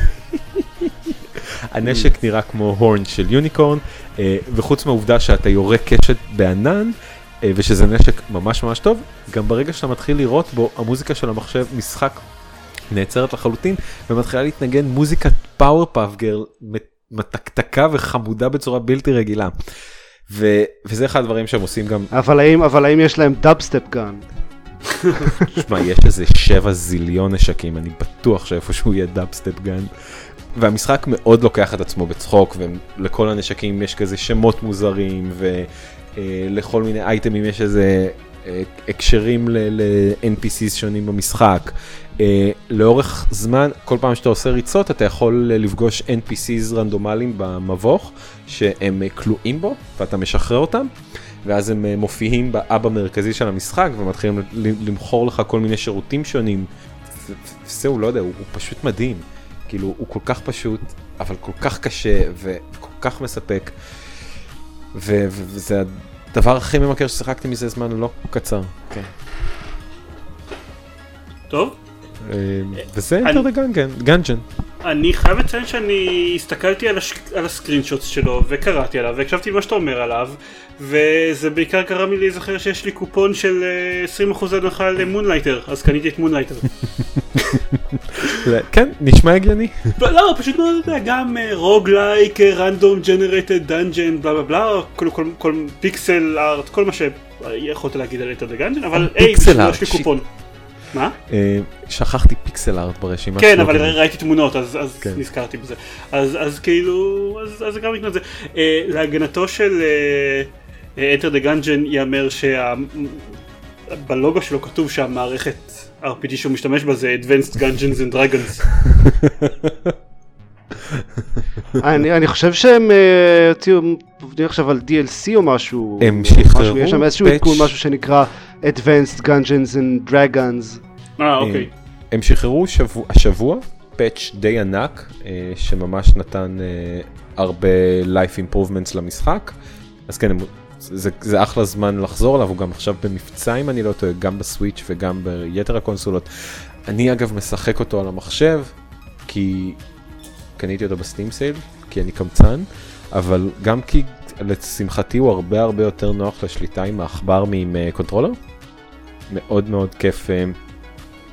הנשק נראה כמו הורן של יוניקורן, וחוץ מהעובדה שאתה יורה קשת בענן, ושזה נשק ממש ממש טוב, גם ברגע שאתה מתחיל לראות בו, המוזיקה של המחשב משחק נעצרת לחלוטין, ומתחילה להתנגן מוזיקת פאוורפאף גרל, מתקתקה וחמודה בצורה בלתי רגילה. ו- וזה אחד הדברים שהם עושים גם... אבל האם, אבל האם יש להם דאבסטפ גן? תשמע, יש איזה שבע זיליון נשקים, אני בטוח שאיפשהו יהיה דאבסטפ גן. והמשחק מאוד לוקח את עצמו בצחוק, ולכל הנשקים יש כזה שמות מוזרים, ולכל מיני אייטמים יש איזה הקשרים ל-אן פי סי'ס שונים במשחק. לאורך זמן, כל פעם שאתה עושה ריצות, אתה יכול לפגוש אן פי סי'ס רנדומליים במבוך, שהם כלואים בו, ואתה משחרר אותם, ואז הם מופיעים באב המרכזי של המשחק, ומתחילים למכור לך כל מיני שירותים שונים. וזהו, לא יודע, הוא, הוא פשוט מדהים. כאילו, הוא כל כך פשוט, אבל כל כך קשה, וכל כך מספק. ו- ו- וזה הדבר הכי ממכר ששיחקתי מזה זמן לא קצר. כן. טוב. וזה יותר לגנג'ן, גנג'ן. אני חייב לציין שאני הסתכלתי על, הש... על הסקרינשוטס שלו וקראתי עליו והקשבתי מה שאתה אומר עליו, וזה בעיקר קרה לי להיזכר שיש לי קופון של עשרים אחוז הנחה למונלייטר, אז קניתי את מונלייטר. כן, נשמע הגיוני. לא, פשוט לא יודע, גם רוגלייק, רנדום ג'נרטד דאנג'ן, בלה בלה בלה, כל פיקסל ארט, כל מה שיכולת להגיד על את הגנג'ן, אבל היי, יש לי קופון. מה? שכחתי פיקסל ארט ברשימה. כן, אבל ראיתי תמונות, אז נזכרתי בזה. אז כאילו, אז זה גם לקנות את זה. להגנתו של Enter the Gungeon יאמר שבלוגו שלו כתוב שהמערכת אר פי ג'י שהוא משתמש בה זה Advanced Dungeons and Dragons. אני חושב שהם עובדים עכשיו על די אל סי או משהו. הם שחררו. יש שם איזשהו עדכון, משהו שנקרא Advanced Dungeons and Dragons. אה, אוקיי. הם שחררו השבוע פאץ' די ענק, שממש נתן הרבה life improvements למשחק. אז כן, זה אחלה זמן לחזור עליו, הוא גם עכשיו במבצע, אם אני לא טועה, גם בסוויץ' וגם ביתר הקונסולות. אני אגב משחק אותו על המחשב, כי קניתי אותו בסטים סייל, כי אני קמצן, אבל גם כי לשמחתי הוא הרבה הרבה יותר נוח לשליטה עם העכבר מעם קונטרולר. מאוד מאוד כיף,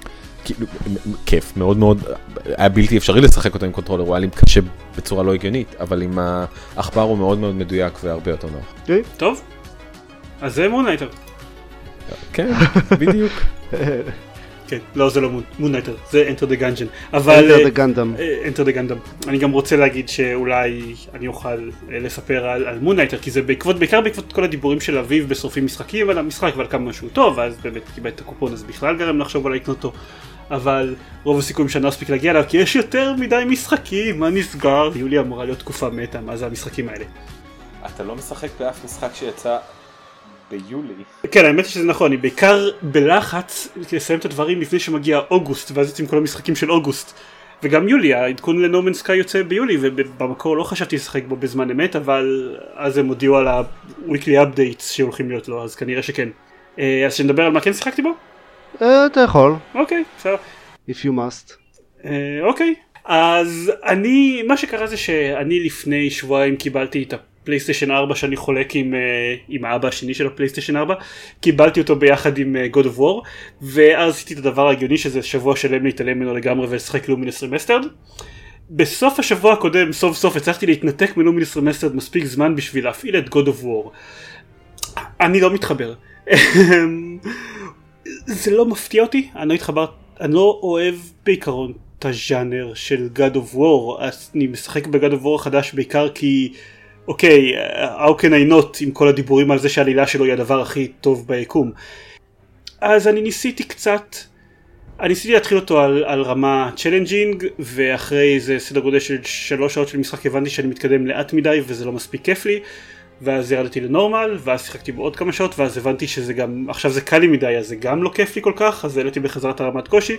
כאילו, כיף, מאוד מאוד, היה בלתי אפשרי לשחק אותו עם קונטרולר, הוא היה לי קשה בצורה לא הגיונית, אבל עם העכבר הוא מאוד מאוד מדויק והרבה יותר נוח. טוב, אז זה מונייטר. כן, בדיוק. כן, לא זה לא מונייטר, זה Enter the Gungeon. אבל... Enter the Gundam. Enter the Gundam. אני גם רוצה להגיד שאולי אני אוכל לספר על, על מונייטר, כי זה בעקבות, בעיקר בעקבות כל הדיבורים של אביב בשורפים משחקים על המשחק ועל כמה משהו טוב, ואז באמת קיבל את הקופון, אז בכלל גרם לחשוב על לקנות אותו. אבל רוב הסיכויים שאני לא אספיק להגיע אליו, כי יש יותר מדי משחקים, מה נסגר? יולי אמורה להיות תקופה מתה, מה זה המשחקים האלה? אתה לא משחק באף משחק שיצא ביולי. כן, האמת היא שזה נכון, אני בעיקר בלחץ לסיים את הדברים לפני שמגיע אוגוסט, ואז יוצאים כל המשחקים של אוגוסט. וגם יולי, העדכון לנומן סקאי יוצא ביולי, ובמקור לא חשבתי לשחק בו בזמן אמת, אבל אז הם הודיעו על ה-weekly updates שהולכים להיות לו, אז כנראה שכן. אז שנדבר על מה כן שיחקתי בו? אתה יכול. אוקיי, בסדר. If you must. אוקיי, אז אני, מה שקרה זה שאני לפני שבועיים קיבלתי את הפלייסטיישן ארבע שאני חולק עם, עם האבא השני של הפלייסטיישן ארבע, קיבלתי אותו ביחד עם God of War, ואז עשיתי את הדבר ההגיוני שזה שבוע שלם להתעלם ממנו לגמרי ולשחק לומינוס רמסטרד. בסוף השבוע הקודם, סוף סוף הצלחתי להתנתק מלומינוס רמסטרד מספיק זמן בשביל להפעיל את God of War. אני לא מתחבר. זה לא מפתיע אותי, אני לא התחבר, אני לא אוהב בעיקרון את הז'אנר של God of War, אז אני משחק ב-God of War החדש בעיקר כי, אוקיי, how can I not עם כל הדיבורים על זה שהעלילה שלו היא הדבר הכי טוב ביקום. אז אני ניסיתי קצת, אני ניסיתי להתחיל אותו על, על רמה צ'לנג'ינג, ואחרי איזה סדר גודל של שלוש שעות של משחק הבנתי שאני מתקדם לאט מדי וזה לא מספיק כיף לי, ואז ירדתי לנורמל, ואז שיחקתי בעוד כמה שעות, ואז הבנתי שזה גם, עכשיו זה קל לי מדי, אז זה גם לא כיף לי כל כך, אז העליתי בחזרת הרמת קושי.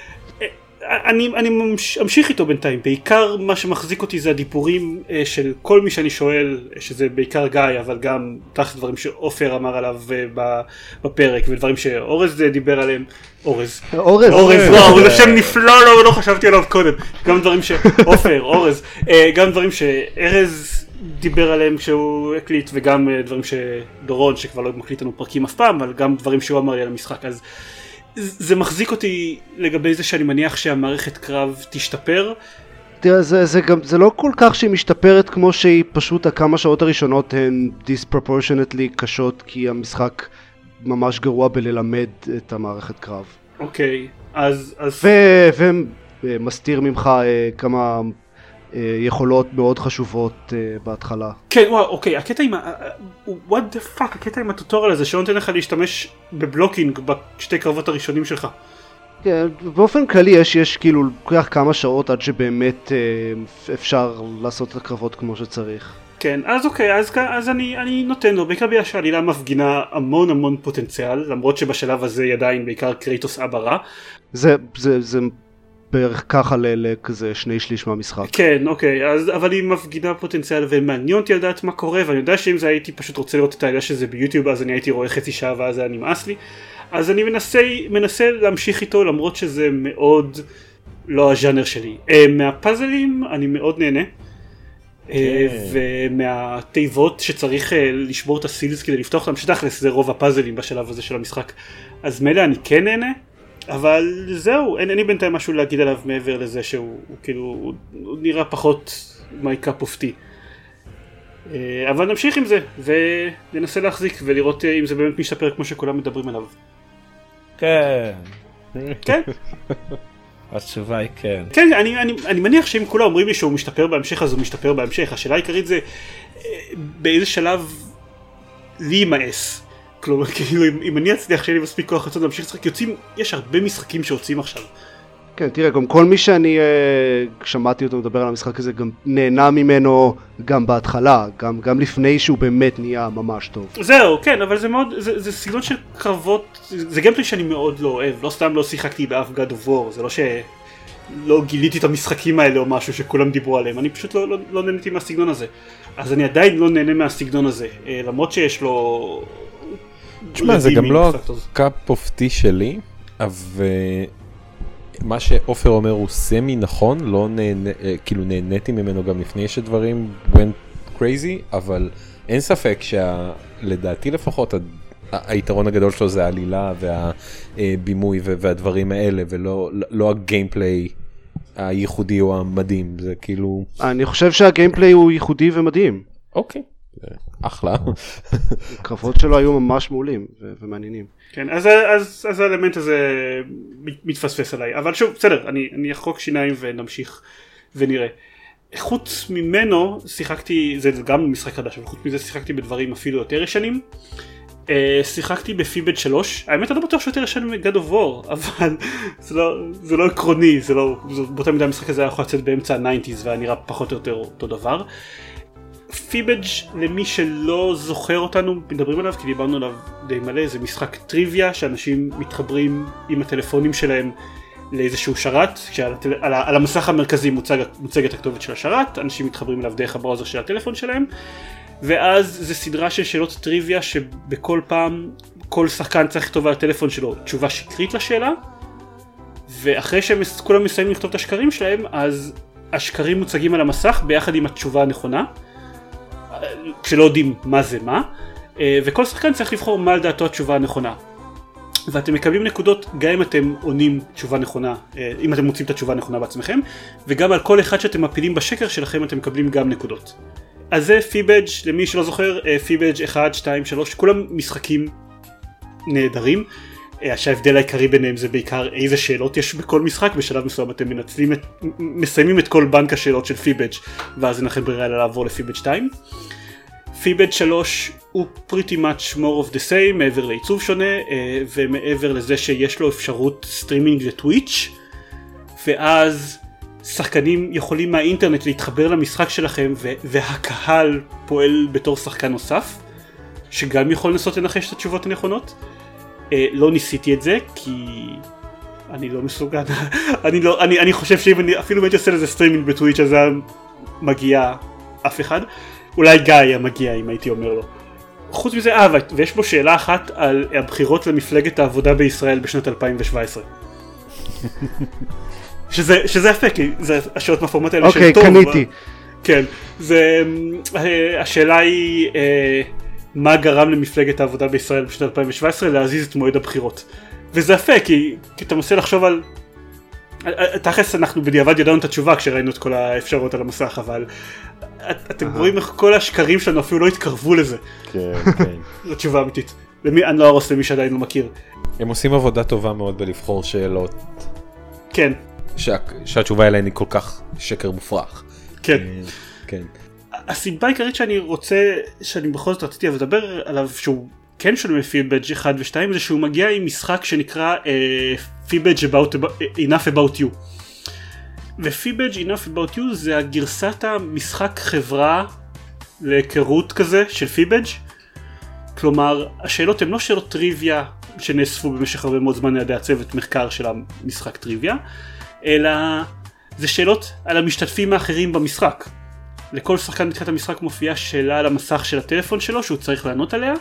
אני, אני אמשיך איתו בינתיים, בעיקר מה שמחזיק אותי זה הדיבורים של כל מי שאני שואל, שזה בעיקר גיא, אבל גם תחת דברים שאופר אמר עליו בפרק, ודברים שאורז דיבר עליהם, אורז. אורז. אורז, לא, זה שם נפלא, לא, לא חשבתי עליו קודם. גם דברים שאופר, אורז, גם דברים שארז דיבר עליהם כשהוא הקליט, וגם דברים שדורון, שכבר לא מקליט לנו פרקים אף פעם, אבל גם דברים שהוא אמר לי על המשחק, אז זה מחזיק אותי לגבי זה שאני מניח שהמערכת קרב תשתפר. תראה, זה, זה, גם, זה לא כל כך שהיא משתפרת כמו שהיא פשוט הכמה שעות הראשונות הן disproportionately קשות, כי המשחק ממש גרוע בללמד את המערכת קרב. אוקיי, אז... אז... ומסתיר ממך כמה יכולות מאוד חשובות בהתחלה. כן, וואו, אוקיי, הקטע עם ה... what the fuck, הקטע עם הטוטוריאל הזה שלא נותן לך להשתמש בבלוקינג בשתי קרבות הראשונים שלך. כן, באופן כללי יש, יש כאילו לוקח כמה שעות עד שבאמת אפשר לעשות את הקרבות כמו שצריך. כן, אז אוקיי, אז, אז אני, אני נותן לו, בעיקר בגלל שהעלילה מפגינה המון המון פוטנציאל, למרות שבשלב הזה עדיין בעיקר קרייטוס אבא רע. זה, זה, זה בערך ככה לכזה שני שליש מהמשחק. כן, אוקיי, אז, אבל היא מפגינה פוטנציאל ומעניין אותי לדעת מה קורה, ואני יודע שאם זה הייתי פשוט רוצה לראות את העלילה שזה ביוטיוב, אז אני הייתי רואה חצי שעה ואז זה היה נמאס לי. אז אני מנסה, מנסה להמשיך איתו, למרות שזה מאוד לא הז'אנר שלי. מהפאזלים אני מאוד נהנה. ומהתיבות שצריך לשבור את הסילס כדי לפתוח אותם, שתכלס זה רוב הפאזלים בשלב הזה של המשחק, אז מלא אני כן נהנה, אבל זהו, אין לי בינתיים משהו להגיד עליו מעבר לזה שהוא כאילו, הוא נראה פחות my cup of tea, אבל נמשיך עם זה וננסה להחזיק ולראות אם זה באמת משתפר כמו שכולם מדברים עליו. כן. כן? התשובה היא כן. כן, אני, אני, אני מניח שאם כולם אומרים לי שהוא משתפר בהמשך, אז הוא משתפר בהמשך. השאלה העיקרית זה באיזה שלב לי יימאס. כלומר, כאילו, אם, אם אני אצליח שיהיה לי מספיק כוח רצון להמשיך לשחק, יוצאים, יש הרבה משחקים שיוצאים עכשיו. כן, תראה, גם כל מי שאני uh, שמעתי אותו מדבר על המשחק הזה, גם נהנה ממנו גם בהתחלה, גם, גם לפני שהוא באמת נהיה ממש טוב. זהו, כן, אבל זה מאוד, זה, זה סגנון של קרבות, זה גיימפליי שאני מאוד לא אוהב, לא סתם לא שיחקתי באף God of War, זה לא שלא גיליתי את המשחקים האלה או משהו שכולם דיברו עליהם, אני פשוט לא, לא, לא נהניתי מהסגנון הזה. אז אני עדיין לא נהנה מהסגנון הזה, למרות שיש לו... תשמע, זה גם לא הקאפ אוף טי שלי, אבל... מה שאופר אומר הוא סמי נכון, לא נהנה, כאילו נהניתי ממנו גם לפני שדברים went crazy, אבל אין ספק שלדעתי לפחות היתרון הגדול שלו זה העלילה והבימוי והדברים האלה, ולא לא הגיימפליי הייחודי או המדהים, זה כאילו... אני חושב שהגיימפליי הוא ייחודי ומדהים. אוקיי, אחלה. הקרבות שלו היו ממש מעולים ומעניינים. כן, אז, אז, אז האלמנט הזה מתפספס עליי, אבל שוב, בסדר, אני, אני אחרוק שיניים ונמשיך ונראה. חוץ ממנו שיחקתי, זה גם משחק חדש, אבל חוץ מזה שיחקתי בדברים אפילו יותר ישנים. שיחקתי בפיבד שלוש, האמת אני לא בטוח שיותר ישן מגד אוף וור, אבל זה לא, זה לא עקרוני, זה לא, באותה מידה המשחק הזה היה יכול לצאת באמצע ה-תשעים והיה נראה פחות או יותר אותו דבר. פיבג' למי שלא זוכר אותנו מדברים עליו, כי דיברנו עליו די מלא, זה משחק טריוויה שאנשים מתחברים עם הטלפונים שלהם לאיזשהו שרת, כשעל על, על המסך המרכזי מוצג, מוצגת הכתובת של השרת, אנשים מתחברים אליו דרך הבראוזר של הטלפון שלהם, ואז זה סדרה של שאלות טריוויה שבכל פעם כל שחקן צריך לכתוב על הטלפון שלו תשובה שקרית לשאלה, ואחרי שכולם מסיימים לכתוב את השקרים שלהם, אז השקרים מוצגים על המסך ביחד עם התשובה הנכונה, כשלא יודעים מה זה מה, וכל שחקן צריך לבחור מה לדעתו התשובה הנכונה. ואתם מקבלים נקודות גם אם אתם עונים תשובה נכונה, אם אתם מוצאים את התשובה הנכונה בעצמכם, וגם על כל אחד שאתם מפילים בשקר שלכם אתם מקבלים גם נקודות. אז זה פיבג', למי שלא זוכר, פיבג' אחת, שתיים, שלוש, כולם משחקים נהדרים. שההבדל העיקרי ביניהם זה בעיקר איזה שאלות יש בכל משחק, בשלב מסוים אתם מנצלים את, מסיימים את כל בנק השאלות של פיבג' ואז אין לכם ברירה אלא לעבור לפיבג' שתיים. פיבג' שלוש הוא pretty much more of the same, מעבר לעיצוב שונה ומעבר לזה שיש לו אפשרות סטרימינג לטוויץ', ואז שחקנים יכולים מהאינטרנט להתחבר למשחק שלכם והקהל פועל בתור שחקן נוסף שגם יכול לנסות לנחש את התשובות הנכונות. לא ניסיתי את זה כי אני לא מסוגל. אני לא, אני אני חושב שאם אני אפילו הייתי עושה לזה סטרימינג בטוויץ' אז מגיע אף אחד, אולי גיא היה מגיע אם הייתי אומר לו. חוץ מזה, אה, ויש בו שאלה אחת על הבחירות למפלגת העבודה בישראל בשנת אלפיים שבע עשרה. שזה שזה יפה, כי זה השאלות מהפורמט האלה של טוב. אוקיי, קניתי. כן, זה השאלה היא מה גרם למפלגת העבודה בישראל בשנת אלפיים שבע עשרה להזיז את מועד הבחירות. וזה יפה, כי, כי אתה מנסה לחשוב על... תכלס אנחנו בדיעבד ידענו את התשובה כשראינו את כל האפשרות על המסך, אבל אתם רואים איך כל השקרים שלנו אפילו לא התקרבו לזה. כן, כן. זו תשובה אמיתית. למי, אני לא ארוס למי שעדיין לא מכיר. הם עושים עבודה טובה מאוד בלבחור שאלות. כן. שה, שהתשובה אליהן היא כל כך שקר מופרך. כן. כן. הסיבה העיקרית שאני רוצה, שאני בכל זאת רציתי לדבר עליו, שהוא כן שונה מפיבג' אחד ושתיים, זה שהוא מגיע עם משחק שנקרא פיבג' about, enough about you. ופיבג' enough about you זה הגרסת המשחק חברה להיכרות כזה של פיבג'. כלומר, השאלות הן לא שאלות טריוויה שנאספו במשך הרבה מאוד זמן על ידי הצוות מחקר של המשחק טריוויה, אלא זה שאלות על המשתתפים האחרים במשחק. לכל שחקן בתחילת המשחק מופיעה שאלה על המסך של הטלפון שלו שהוא צריך לענות עליה,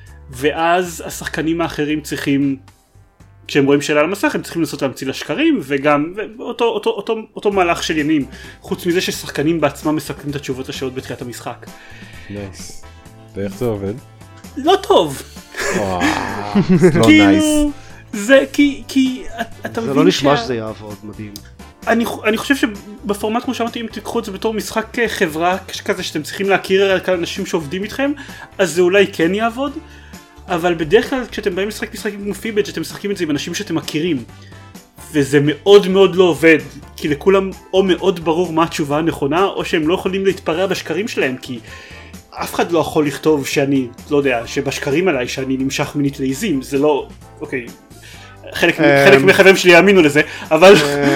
ואז השחקנים האחרים צריכים, כשהם רואים שאלה על המסך, הם צריכים לנסות להמציא לשקרים, וגם אותו, אותו, אותו, אותו מהלך של ימים, חוץ מזה ששחקנים בעצמם מספקים את התשובות לשאלות בתחילת המשחק. נייס. ואיך זה עובד? לא טוב. וואו, לא נייס. זה כי, כי אתה מבין שה... זה לא נשמע שזה יעבוד, מדהים. אני, אני חושב שבפורמט כמו שאמרתי, אם תיקחו את זה בתור משחק חברה כזה שאתם צריכים להכיר על כמה אנשים שעובדים איתכם, אז זה אולי כן יעבוד, אבל בדרך כלל כשאתם באים לשחק משחקים כמו פיבג' אתם משחקים את זה עם אנשים שאתם מכירים, וזה מאוד מאוד לא עובד, כי לכולם או מאוד ברור מה התשובה הנכונה, או שהם לא יכולים להתפרע בשקרים שלהם, כי אף אחד לא יכול לכתוב שאני, לא יודע, שבשקרים עליי שאני נמשך מינית לעיזים, זה לא, אוקיי, חלק, חלק מהחברים שלי יאמינו לזה, אבל...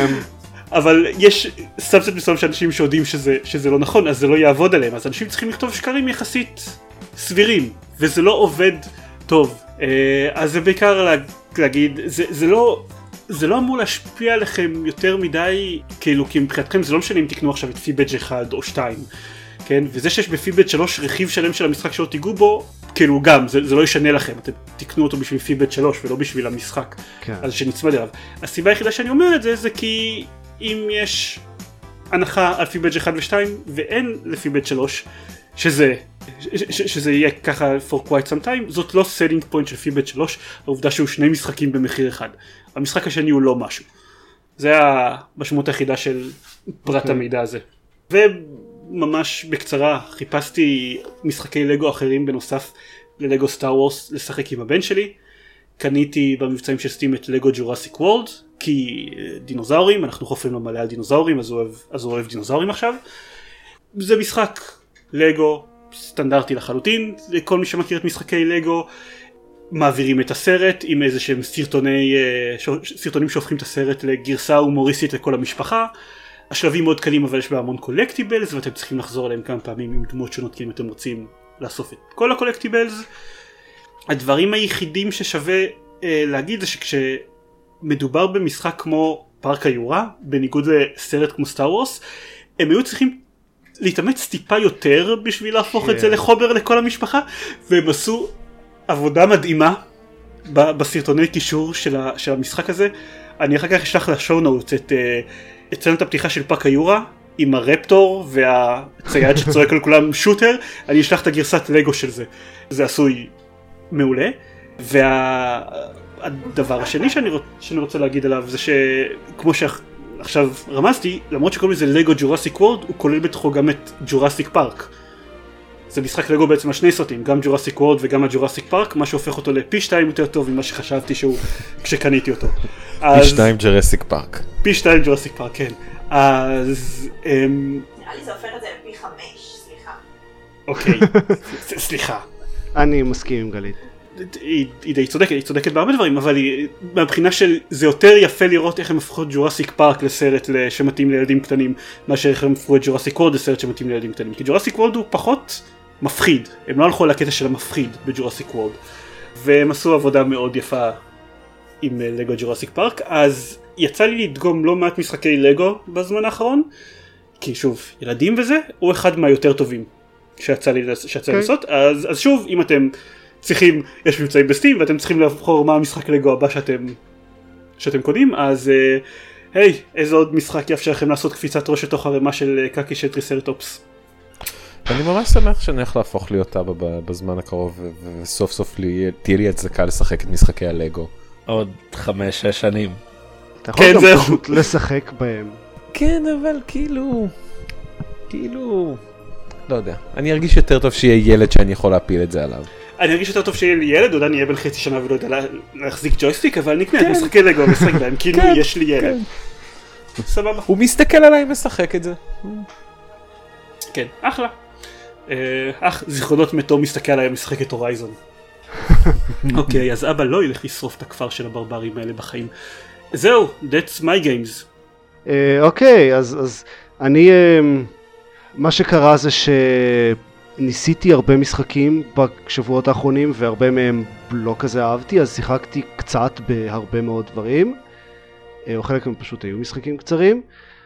אבל יש סאבסט מסוים של אנשים שיודעים שזה, שזה לא נכון, אז זה לא יעבוד עליהם, אז אנשים צריכים לכתוב שקרים יחסית סבירים, וזה לא עובד טוב. אז זה בעיקר להגיד, זה, זה לא, זה לא אמור להשפיע עליכם יותר מדי, כאילו, כי מבחינתכם זה לא משנה אם תקנו עכשיו את פיבג' אחד או שתיים, כן? וזה שיש בפיבג' שלוש רכיב שלם של המשחק שלא תיגעו בו, כאילו גם, זה, זה לא ישנה לכם, אתם תקנו אותו בשביל פיבג' שלוש ולא בשביל המשחק, כן. אז שנצמד אליו. הסיבה היחידה שאני אומר את זה, זה כי אם יש הנחה על פיבג' אחד ושתיים ואין לפיבג' שלוש, שזה, ש- ש- שזה יהיה ככה for quite some time, זאת לא selling point של פיבט שלוש, העובדה שהוא שני משחקים במחיר אחד. המשחק השני הוא לא משהו. זה המשמעות היחידה של פרט המידע הזה. וממש בקצרה חיפשתי משחקי לגו אחרים בנוסף ללגו סטאר וורס לשחק עם הבן שלי. קניתי במבצעים של סטים את לגו ג'ורסיק וורלד, כי דינוזאורים, אנחנו חופרים לו מלא על דינוזאורים, אז הוא אוהב, אז הוא אוהב דינוזאורים עכשיו. זה משחק לגו סטנדרטי לחלוטין, כל מי שמכיר את משחקי לגו, מעבירים את הסרט עם איזה שהם סרטוני, סרטונים שהופכים את הסרט לגרסה הומוריסטית לכל המשפחה. השלבים מאוד קלים אבל יש בה המון קולקטיבלס ואתם צריכים לחזור עליהם כמה פעמים עם דמות שונות כי אם אתם רוצים לאסוף את כל הקולקטיבלס. הדברים היחידים ששווה אה, להגיד זה שכשמדובר במשחק כמו פארק היורה, בניגוד לסרט כמו סטאר וורס, הם היו צריכים להתאמץ טיפה יותר בשביל להפוך yeah. את זה לחובר לכל המשפחה, והם עשו עבודה מדהימה בסרטוני קישור של, ה, של המשחק הזה. אני אחר כך אשלח לשואו נוטס את, את סצנת הפתיחה של פארק היורה, עם הרפטור והצייד שצועק על כולם שוטר, אני אשלח את הגרסת לגו של זה. זה עשוי מעולה. והדבר השני שאני, רוצ, שאני רוצה להגיד עליו זה שכמו שעכשיו רמזתי, למרות שקוראים לזה לגו ג'ורסיק וורד, הוא כולל בתוכו גם את ג'ורסיק פארק. זה משחק לגו בעצם השני סרטים, גם ג'ורסיק וורד וגם הג'ורסיק פארק, מה שהופך אותו לפי שתיים יותר טוב ממה שחשבתי שהוא כשקניתי אותו. פי שתיים ג'ורסיק פארק. פי שתיים ג'ורסיק פארק, כן. אז... נראה לי זה הופך את זה לפי חמש, סליחה. אוקיי, סליחה. אני מסכים עם גלית. היא די צודקת, היא צודקת בהרבה דברים, אבל מהבחינה של זה יותר יפה לראות איך הם הפכו את ג'ורסיק פארק לסרט שמתאים לילדים קטנים, מאשר איך הם הפכו את ג'ורסיק וורד לסרט שמתאים לילדים קטנים. כי ג'ורסיק וורד הוא פחות מפחיד, הם לא הלכו על הקטע של המפחיד בג'ורסיק וורד, והם עשו עבודה מאוד יפה עם לגו ג'ורסיק פארק. אז יצא לי לדגום לא מעט משחקי לגו בזמן האחרון, כי שוב, ילדים וזה, הוא אחד מהיותר טובים שיצא לי, שיצא לי לעשות. אז, אז שוב, אם אתם צריכים, יש מבצעים בסטים ואתם צריכים לבחור מה המשחק לגו הבא שאתם, שאתם קונים, אז היי, hey, איזה עוד משחק יאפשר לכם לעשות קפיצת ראש לתוך הרמה של קאקי של טריסרטופס. אני ממש שמח שאני הולך להפוך להיות אבא בזמן הקרוב, וסוף סוף תהיה לי הצדקה לשחק את משחקי הלגו. עוד חמש, שש שנים. אתה יכול גם פשוט לשחק בהם. כן, אבל כאילו, כאילו, לא יודע. אני ארגיש יותר טוב שיהיה ילד שאני יכול להפיל את זה עליו. אני ארגיש יותר טוב שיהיה לי ילד, עוד אני אהיה בן חצי שנה ולא יודע להחזיק ג'ויסטיק, אבל נקנה את משחקי לגו משחק בהם, כאילו יש לי ילד. סבבה. הוא מסתכל עליי משחק את זה. כן, אחלה. אך, זיכרונות מתו מסתכל עליי משחק את הורייזון. אוקיי, אז אבא לא ילך לשרוף את הכפר של הברברים האלה בחיים. זהו, that's my games. אוקיי, אז אני, מה שקרה זה שניסיתי הרבה משחקים בשבועות האחרונים, והרבה מהם לא כזה אהבתי, אז שיחקתי קצת בהרבה מאוד דברים, או חלק מהם פשוט היו משחקים קצרים.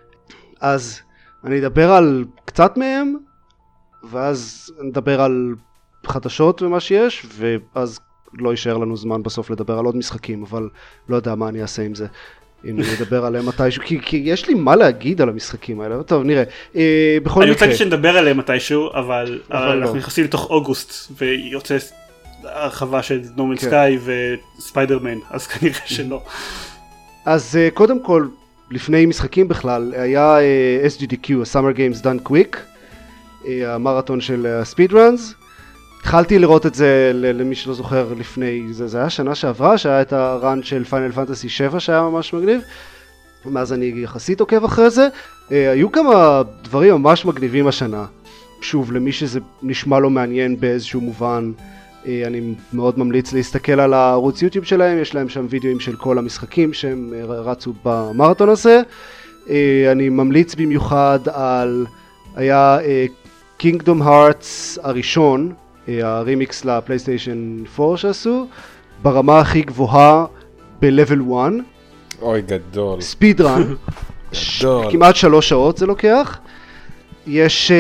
אז אני אדבר על קצת מהם, ואז נדבר על חדשות ומה שיש, ואז לא יישאר לנו זמן בסוף לדבר על עוד משחקים, אבל לא יודע מה אני אעשה עם זה, אם אני אדבר עליהם מתישהו, כי, כי יש לי מה להגיד על המשחקים האלה. טוב, נראה. אה, בכל אני מקרה... רוצה שנדבר עליהם מתישהו, אבל, אבל אבל אנחנו לא. נכנסים לתוך אוגוסט, ויוצא הרחבה של נורמן סקאי וספיידרמן, אז כנראה שלא. אז uh, קודם כל, לפני משחקים בכלל, היה uh, אס ג'י די קיו, ה-Summer Games Done Quick, uh, המרתון של uh, Speedruns. התחלתי לראות את זה למי שלא זוכר לפני, זה, זה היה שנה שעברה, שהיה את הרן של פיינל פנטסי שבע שהיה ממש מגניב, מאז אני יחסית עוקב אחרי זה. Uh, היו כמה דברים ממש מגניבים השנה, שוב למי שזה נשמע לו מעניין באיזשהו מובן, uh, אני מאוד ממליץ להסתכל על הערוץ יוטיוב שלהם, יש להם שם וידאוים של כל המשחקים שהם uh, רצו במרתון הזה. Uh, אני ממליץ במיוחד על, היה uh, Kingdom Hearts הראשון, הרימיקס לפלייסטיישן ארבע שעשו, ברמה הכי גבוהה ב-level אחת. אוי, גדול. ספיד רן. כמעט שלוש שעות זה לוקח. יש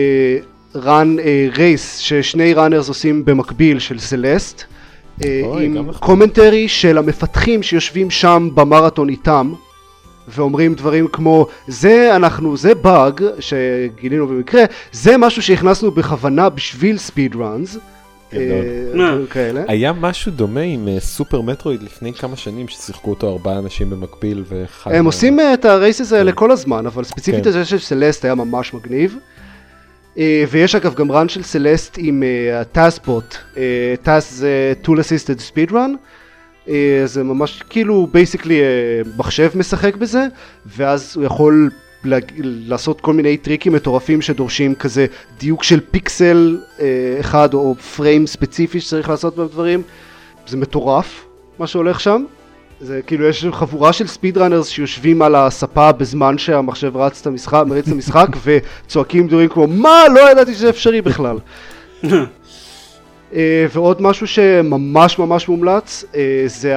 רן רייס ששני ראנרס עושים במקביל של סלסט, עם קומנטרי של המפתחים שיושבים שם במרתון איתם, ואומרים דברים כמו, זה אנחנו, זה באג שגילינו במקרה, זה משהו שהכנסנו בכוונה בשביל ספיד ראנס. כאלה. היה משהו דומה עם סופר מטרואיד לפני כמה שנים ששיחקו אותו ארבעה אנשים במקביל ואחד... הם עושים את הרייסס האלה כל הזמן, אבל ספציפית הזה של סלסט היה ממש מגניב. ויש אגב גם רן של סלסט עם טאסבוט. טאס זה Tool Assisted Speedrun. זה ממש כאילו בייסיקלי מחשב משחק בזה, ואז הוא יכול לעשות כל מיני טריקים מטורפים שדורשים כזה דיוק של פיקסל אחד או פריים ספציפי שצריך לעשות בדברים. זה מטורף מה שהולך שם. זה כאילו יש חבורה של ספידראנרס שיושבים על הספה בזמן שהמחשב רץ את המשחק, מריץ את המשחק וצועקים דברים כמו מה? לא ידעתי שזה אפשרי בכלל. ועוד משהו שממש ממש מומלץ זה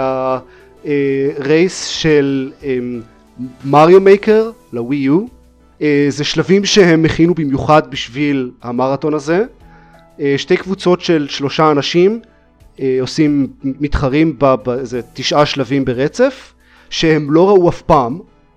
הרייס של מריו מייקר לווי יו. זה שלבים שהם הכינו במיוחד בשביל המרתון הזה. שתי קבוצות של שלושה אנשים עושים מתחרים באיזה תשעה שלבים ברצף שהם לא ראו אף פעם.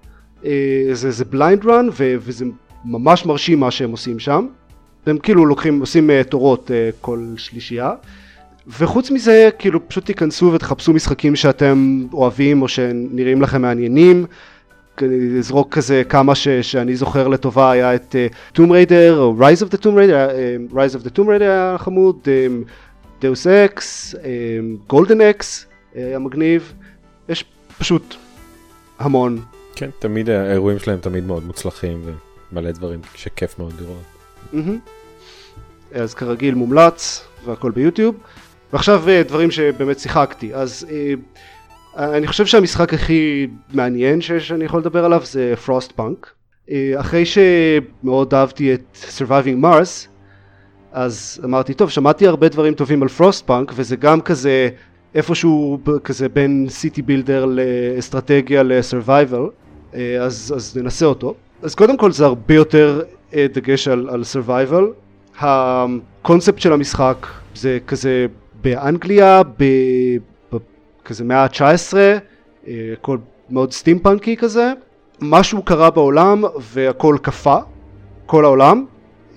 זה זה בליינד רן וזה ממש מרשים מה שהם עושים שם. הם כאילו לוקחים, עושים תורות כל שלישייה, וחוץ מזה כאילו פשוט תיכנסו ותחפשו משחקים שאתם אוהבים או שנראים לכם מעניינים. זרוק כזה כמה ש, שאני זוכר לטובה, היה את uh, Tomb Raider או Rise of the Tomb Raider, uh, Rise of the Tomb Raider היה חמוד, um, Deus Ex, um, Golden X היה מגניב, יש פשוט המון. כן, תמיד האירועים שלהם תמיד מאוד מוצלחים ומלא דברים שכיף מאוד לראות. Mm-hmm. אז כרגיל מומלץ והכל ביוטיוב. ועכשיו דברים שבאמת שיחקתי. אז אני חושב שהמשחק הכי מעניין שאני יכול לדבר עליו זה Frostpunk. אחרי שמאוד אהבתי את Surviving Mars, אז אמרתי טוב, שמעתי הרבה דברים טובים על Frostpunk, וזה גם כזה איפשהו כזה בין סיטי בילדר לאסטרטגיה לסרווייבל, אז, אז ננסה אותו. אז קודם כל זה הרבה יותר דגש על, על survival. הקונספט של המשחק זה כזה באנגליה, ב, ב, כזה מאה ה-תשע עשרה, הכל מאוד סטימפאנקי כזה. משהו קרה בעולם והכל קפה, כל העולם.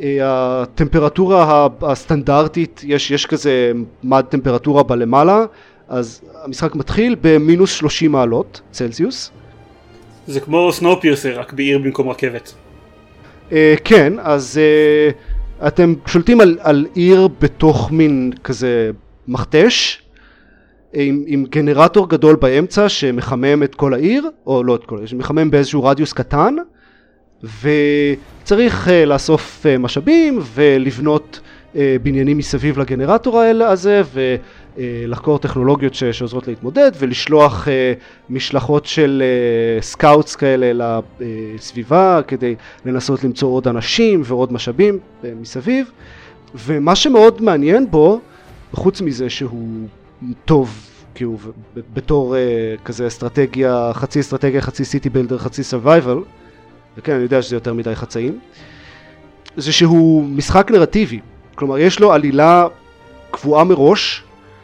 הטמפרטורה הסטנדרטית, יש, יש כזה מד טמפרטורה בלמעלה, אז המשחק מתחיל במינוס שלושים מעלות צלזיוס. זה כמו סנופפירסר, רק בעיר במקום רכבת. Uh, כן, אז uh, אתם שולטים על, על עיר בתוך מין כזה מכתש, עם, עם גנרטור גדול באמצע שמחמם את כל העיר, או לא את כל העיר, שמחמם באיזשהו רדיוס קטן, וצריך uh, לאסוף uh, משאבים ולבנות uh, בניינים מסביב לגנרטור הזה, ולחקור טכנולוגיות ש- שעוזרות להתמודד, ולשלוח uh, משלחות של uh, סקאוטס כאלה לסביבה, כדי לנסות למצוא עוד אנשים ועוד משאבים uh, מסביב. ומה שמאוד מעניין בו, חוץ מזה שהוא טוב, כי הוא בתור uh, כזה אסטרטגיה, חצי אסטרטגיה, חצי סיטי בילדר, חצי סרווייבל, וכן, אני יודע שזה יותר מדי חצאים, זה שהוא משחק נרטיבי. כלומר, יש לו עלילה קבועה מראש,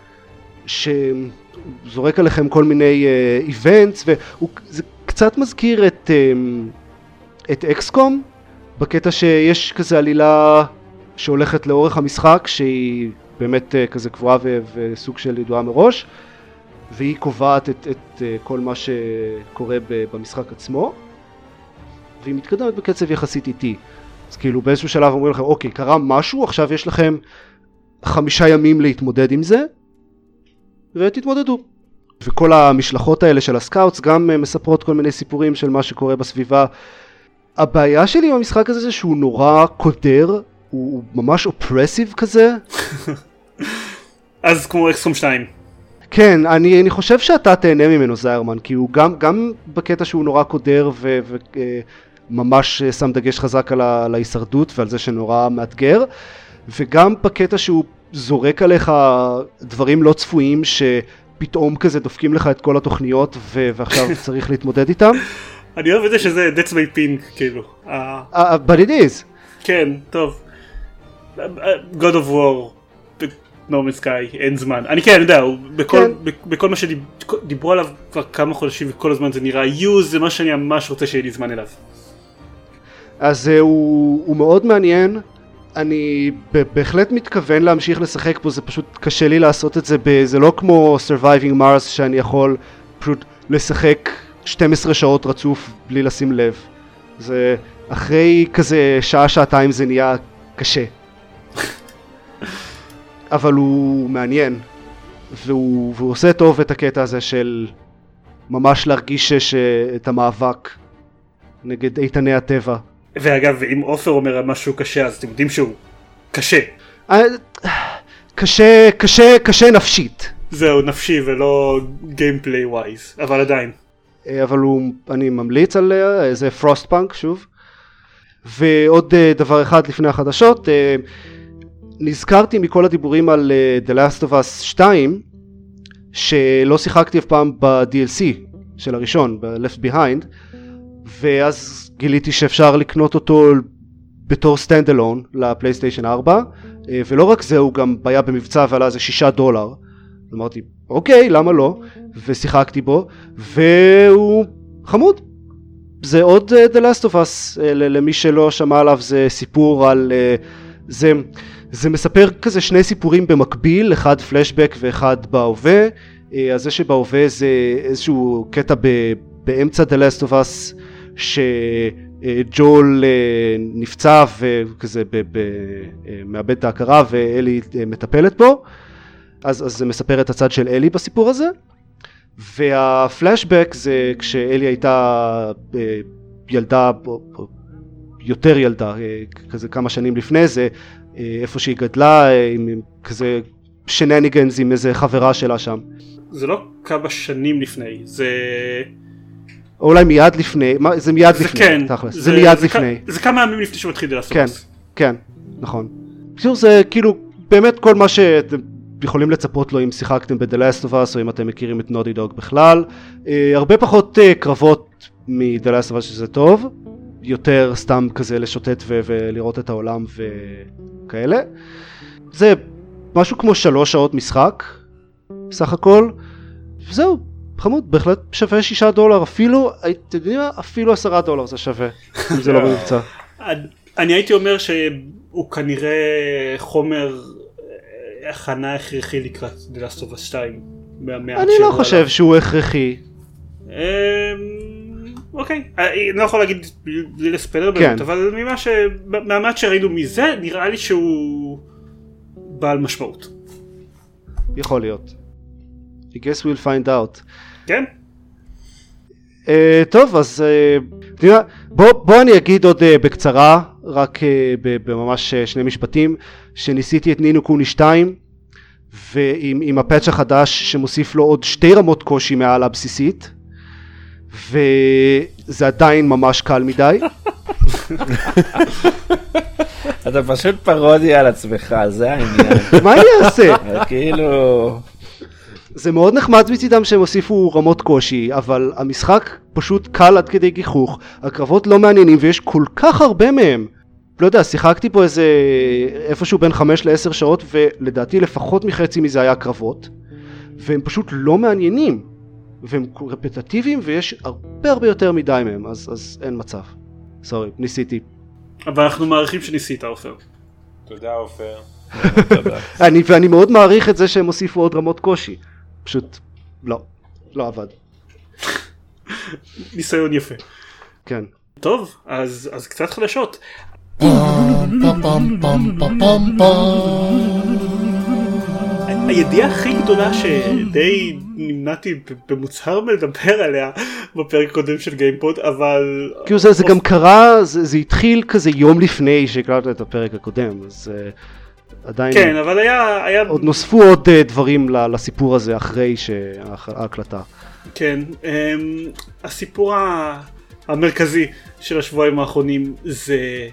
שזורק עליכם כל מיני איבנטס, uh, וזה קצת מזכיר את, uh, את אקסקום, בקטע שיש כזה עלילה שהולכת לאורך המשחק, שהיא באמת uh, כזה קבועה ו- וסוג של ידועה מראש, והיא קובעת את, את uh, כל מה שקורה ב- במשחק עצמו. והיא מתקדמת בקצב יחסית איטי. אז כאילו באיזשהו שלב אומרים לכם, אוקיי, קרה משהו, עכשיו יש לכם חמישה ימים להתמודד עם זה, ותתמודדו. וכל המשלחות האלה של הסקאוטס גם מספרות כל מיני סיפורים של מה שקורה בסביבה. הבעיה שלי עם המשחק הזה זה שהוא נורא קודר, הוא ממש אופרסיב כזה. אז כמו אקסקום שתיים. כן, אני, אני חושב שאתה תהנה ממנו זיירמן, כי הוא גם, גם בקטע שהוא נורא קודר ו... ו ממש שם דגש חזק על, ה, על ההישרדות ועל זה שנורא מאתגר, וגם בקטע שהוא זורק עליך דברים לא צפויים שפתאום כזה דופקים לך את כל התוכניות ו, ועכשיו צריך להתמודד איתם. אני אוהב את זה שזה that's my ping, כאילו. Uh, uh, but it is. כן, טוב. God of War, נורמן סקאי, אין זמן. אני כן, אני יודע, בכל, בכל מה שדיברו עליו כבר כמה חודשים וכל הזמן זה נראה יוז, זה מה שאני ממש רוצה שיהיה לי זמן אליו. אז הוא, הוא מאוד מעניין, אני בהחלט מתכוון להמשיך לשחק פה, זה פשוט קשה לי לעשות את זה, זה לא כמו Surviving Mars שאני יכול פשוט לשחק שתים עשרה שעות רצוף בלי לשים לב. זה אחרי כזה שעה שעתיים זה נהיה קשה. אבל הוא מעניין, והוא, והוא עושה טוב את הקטע הזה של ממש להרגיש ש, את המאבק נגד איתני הטבע. ואגב, אם אופר אומר משהו קשה, אז אתם יודעים שהוא קשה. קשה, קשה, קשה נפשית. זהו, נפשי ולא גיימפליי ווייז, אבל עדיין. אבל הוא, אני ממליץ על איזה פרוסטפאנק שוב. ועוד דבר אחד לפני החדשות, נזכרתי מכל הדיבורים על The Last of Us שתיים, שלא שיחקתי אף פעם ב-די אל סי של הראשון, ב-Left Behind, ואז גיליתי שאפשר לקנות אותו בתור סטנדלון לפלייסטיישן ארבע, ולא רק זה, הוא גם היה במבצע ועלה איזה שישה דולר. אמרתי, אוקיי, למה לא? ושיחקתי בו, והוא חמוד. זה עוד The Last of Us, למי שלא שמע עליו, זה סיפור על... זה, זה מספר כזה שני סיפורים במקביל, אחד פלשבק ואחד בהווה. אז זה שבהווה זה איזשהו קטע ב, באמצע The Last of Us, שג'ול נפצע וכזה ב, ב, מאבד את ההכרה ואלי מטפלת בו. אז, אז זה מספר את הצד של אלי בסיפור הזה. והפלשבק זה כשאלי הייתה ילדה, יותר ילדה, כזה כמה שנים לפני זה, איפה שהיא גדלה, עם כזה שנניגנס עם איזה חברה שלה שם. זה לא כמה שנים לפני, זה... או אולי מיד לפני, זה מיד זה לפני, כן, תכלס, זה, זה מיד זה לפני. כ... זה כמה ימים לפני שמתחיל לעשות. כן, כן, נכון. בקיצור זה כאילו באמת כל מה שאתם יכולים לצפות לו אם שיחקתם ב-The Last of Us או אם אתם מכירים את Naughty Dog בכלל. אה, הרבה פחות אה, קרבות מ-The Last of Us שזה טוב, יותר סתם כזה לשוטט ו- ולראות את העולם וכאלה. זה משהו כמו שלוש שעות משחק סך הכל, וזהו, חמוד, בהחלט שווה שישה דולר, אפילו, אתם יודעים מה? אפילו עשרה דולר זה שווה, אם זה לא במבצע. אני הייתי אומר שהוא כנראה חומר הכנה הכרחי לקראת The Last of Us שתיים. אני לא חושב שהוא הכרחי. אוקיי, אני לא יכול להגיד בלי לספלר באמת, אבל מהמעט שראינו מזה נראה לי שהוא בעל משמעות. יכול להיות. I guess we'll find out. כן? Uh, טוב, אז uh, בוא, בוא אני אגיד עוד uh, בקצרה, רק uh, בממש uh, שני משפטים, שניסיתי את נינו קוני שתיים, ועם עם הפאץ' החדש שמוסיף לו עוד שתי רמות קושי מעל הבסיסית, וזה עדיין ממש קל מדי. אתה פשוט פרודיה על עצמך, זה העניין. מה אני אעשה? כאילו... זה מאוד נחמד מצידם שהם הוסיפו רמות קושי, אבל המשחק פשוט קל עד כדי גיחוך, הקרבות לא מעניינים ויש כל כך הרבה מהם. לא יודע, שיחקתי פה איזה איפשהו בין חמש לעשר שעות, ולדעתי לפחות מחצי מזה היה קרבות, והם פשוט לא מעניינים, והם רפטטיביים ויש הרבה הרבה יותר מדי מהם, אז, אז אין מצב. סורי, ניסיתי. אבל אנחנו מעריכים שניסית, עופר. תודה, עופר. אני, ואני מאוד מעריך את זה שהם הוסיפו עוד רמות קושי. פשוט לא, לא עבד. ניסיון יפה. כן. טוב, אז, אז קצת חדשות. הידיעה הכי גדולה שדי נמנעתי במוצהר מלדבר עליה בפרק הקודם של גיימפוד, אבל... כאילו זה, זה גם קרה, זה, זה התחיל כזה יום לפני שהקלטת את הפרק הקודם, אז... עדיין כן, אבל היה, היה... עוד נוספו עוד דברים לסיפור הזה אחרי ההקלטה. כן, הסיפור המרכזי של השבועיים האחרונים זה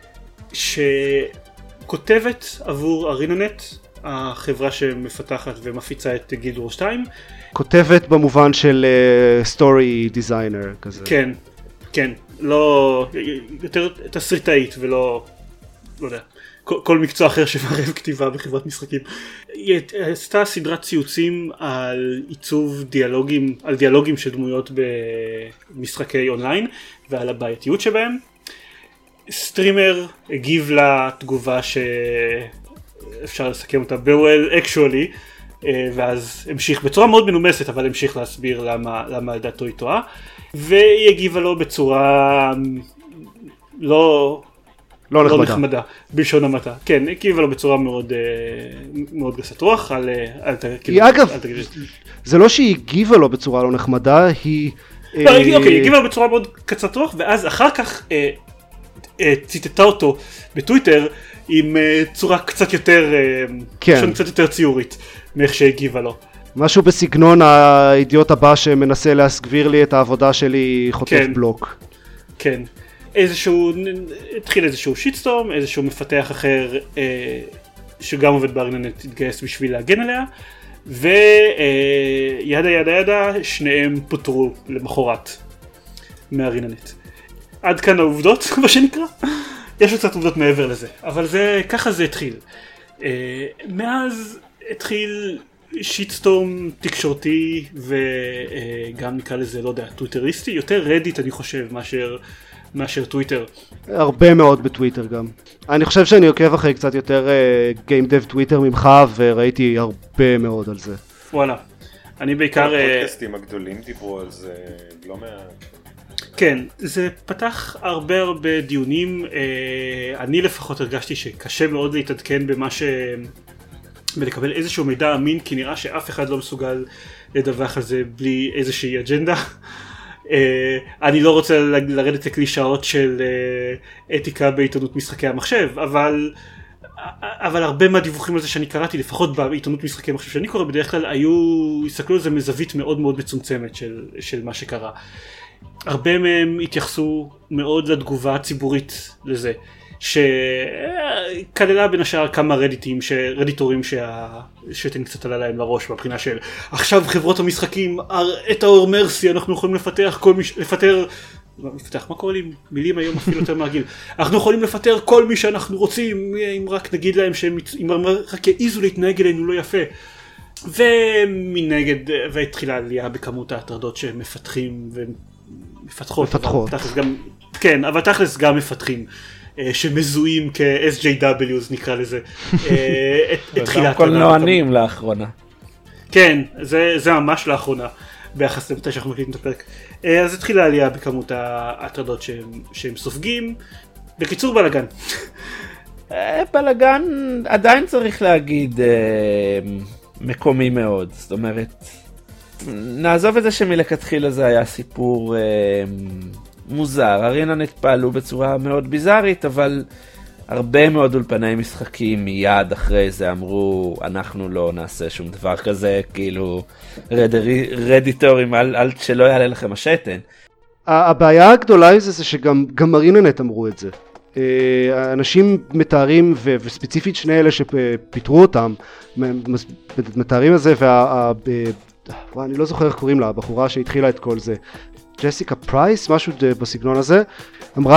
שכותבת עבור אריננט, החברה שמפתחת ומפיצה את גילד וור שתיים. כותבת במובן של סטורי דיזיינר כזה. כן, כן, לא, יותר תסריטאית ולא, לא יודע. כל, כל מקצוע אחר שמערב כתיבה בחברת משחקים. היא עשתה סדרת ציוצים על עיצוב דיאלוגים, על דיאלוגים של דמויות במשחקי אונליין ועל הבעייתיות שבהם. סטרימר הגיב לתגובה שאפשר לסכם אותה ב-well actually, ואז המשיך בצורה מאוד מנומסת, אבל המשיך להסביר למה, למה לדעתו היא טועה, והיא הגיבה לו בצורה לא, לא, לא נחמדה. נחמדה, בלשון המעטה. כן, הגיבה לו בצורה מאוד, מאוד גסת רוח, על, על, היא אגב, זה לא שהיא הגיבה לו בצורה לא נחמדה, היא... לא, אוקיי, היא הגיבה לו בצורה מאוד גסת רוח, ואז אחר כך אה, אה, ציטטה אותו בטוויטר עם אה, צורה קצת יותר, אה, כן. קצת יותר ציורית מאיך שהגיבה לו. משהו בסגנון האידיוט הבא שמנסה להסגביר לי את העבודה שלי חוטף כן. בלוק. כן. איזשהו, התחיל איזשהו שיטסטורם, איזשהו מפתח אחר אה, שגם עובד באריננט התגייס בשביל להגן עליה, וידה ידה ידה שניהם פוטרו למחרת מהאריננט. עד כאן העובדות, מה שנקרא. יש קצת עובדות מעבר לזה, אבל זה, ככה זה התחיל. אה, מאז התחיל שיטסטורם תקשורתי וגם נקרא לזה, לא יודע, טוויטריסטי, יותר רדיט אני חושב מאשר, מאשר טוויטר. הרבה מאוד בטוויטר גם. אני חושב שאני עוקב אחרי קצת יותר גיים דב טוויטר ממך, וראיתי הרבה מאוד על זה. וואלה. אני בעיקר... הפודקאסטים הגדולים דיברו על זה לא מעט. כן, זה פתח הרבה הרבה דיונים. אני לפחות הרגשתי שקשה מאוד להתעדכן במה ש... ולקבל איזשהו מידע אמין, כי נראה שאף אחד לא מסוגל לדווח על זה בלי איזושהי אג'נדה. אני לא רוצה לרדת לקלישאות של אתיקה בעיתונות משחקי המחשב, אבל אבל הרבה מהדיווחים על זה שאני קראתי, לפחות בעיתונות משחקי המחשב שאני קורא, בדרך כלל היו, הסתכלו על זה מזווית מאוד מאוד מצומצמת של, של מה שקרה. הרבה מהם התייחסו מאוד לתגובה הציבורית לזה, שכללה בין השאר כמה רדיטים, רדיטורים שהשתן קצת עלה להם לראש, מבחינה של עכשיו חברות המשחקים, את האור מרסי, אנחנו יכולים לפתח כל מי, לפטר, לפתח, מה קורה לי מילים היום אפילו יותר מהגיל, אנחנו יכולים לפטר כל מי שאנחנו רוצים, אם רק נגיד להם שהם, אם רק יעיזו להתנהג אלינו לא יפה. ומנגד, והתחילה עלייה בכמות ההטרדות שהם מפתחים ומפתחות. מפתחות. תכלס גם, כן, אבל תכלס גם מפתחים. שמזוהים כ-אס ג'יי דאבליו נקרא לזה, את תחילת גם קולנוענים לאחרונה. כן, זה ממש לאחרונה ביחס למתי שאנחנו מקליטים את הפרק. אז התחילה עלייה בכמות ההטרדות שהם סופגים. בקיצור, בלגן. בלגן עדיין צריך להגיד מקומי מאוד, זאת אומרת, נעזוב את זה שמלכתחילה זה היה סיפור מוזר, אריננט פעלו בצורה מאוד ביזארית, אבל הרבה מאוד אולפני משחקים מיד אחרי זה אמרו, אנחנו לא נעשה שום דבר כזה, כאילו רדיטורים, אל, אל שלא יעלה לכם השתן. הבעיה הגדולה עם זה זה שגם גם אריננט אמרו את זה. אנשים מתארים, ו- וספציפית שני אלה שפיתרו אותם, מתארים את זה, וה... אני לא זוכר איך קוראים לה, הבחורה שהתחילה את כל זה. ג'סיקה פרייס, משהו בסגנון הזה, אמרה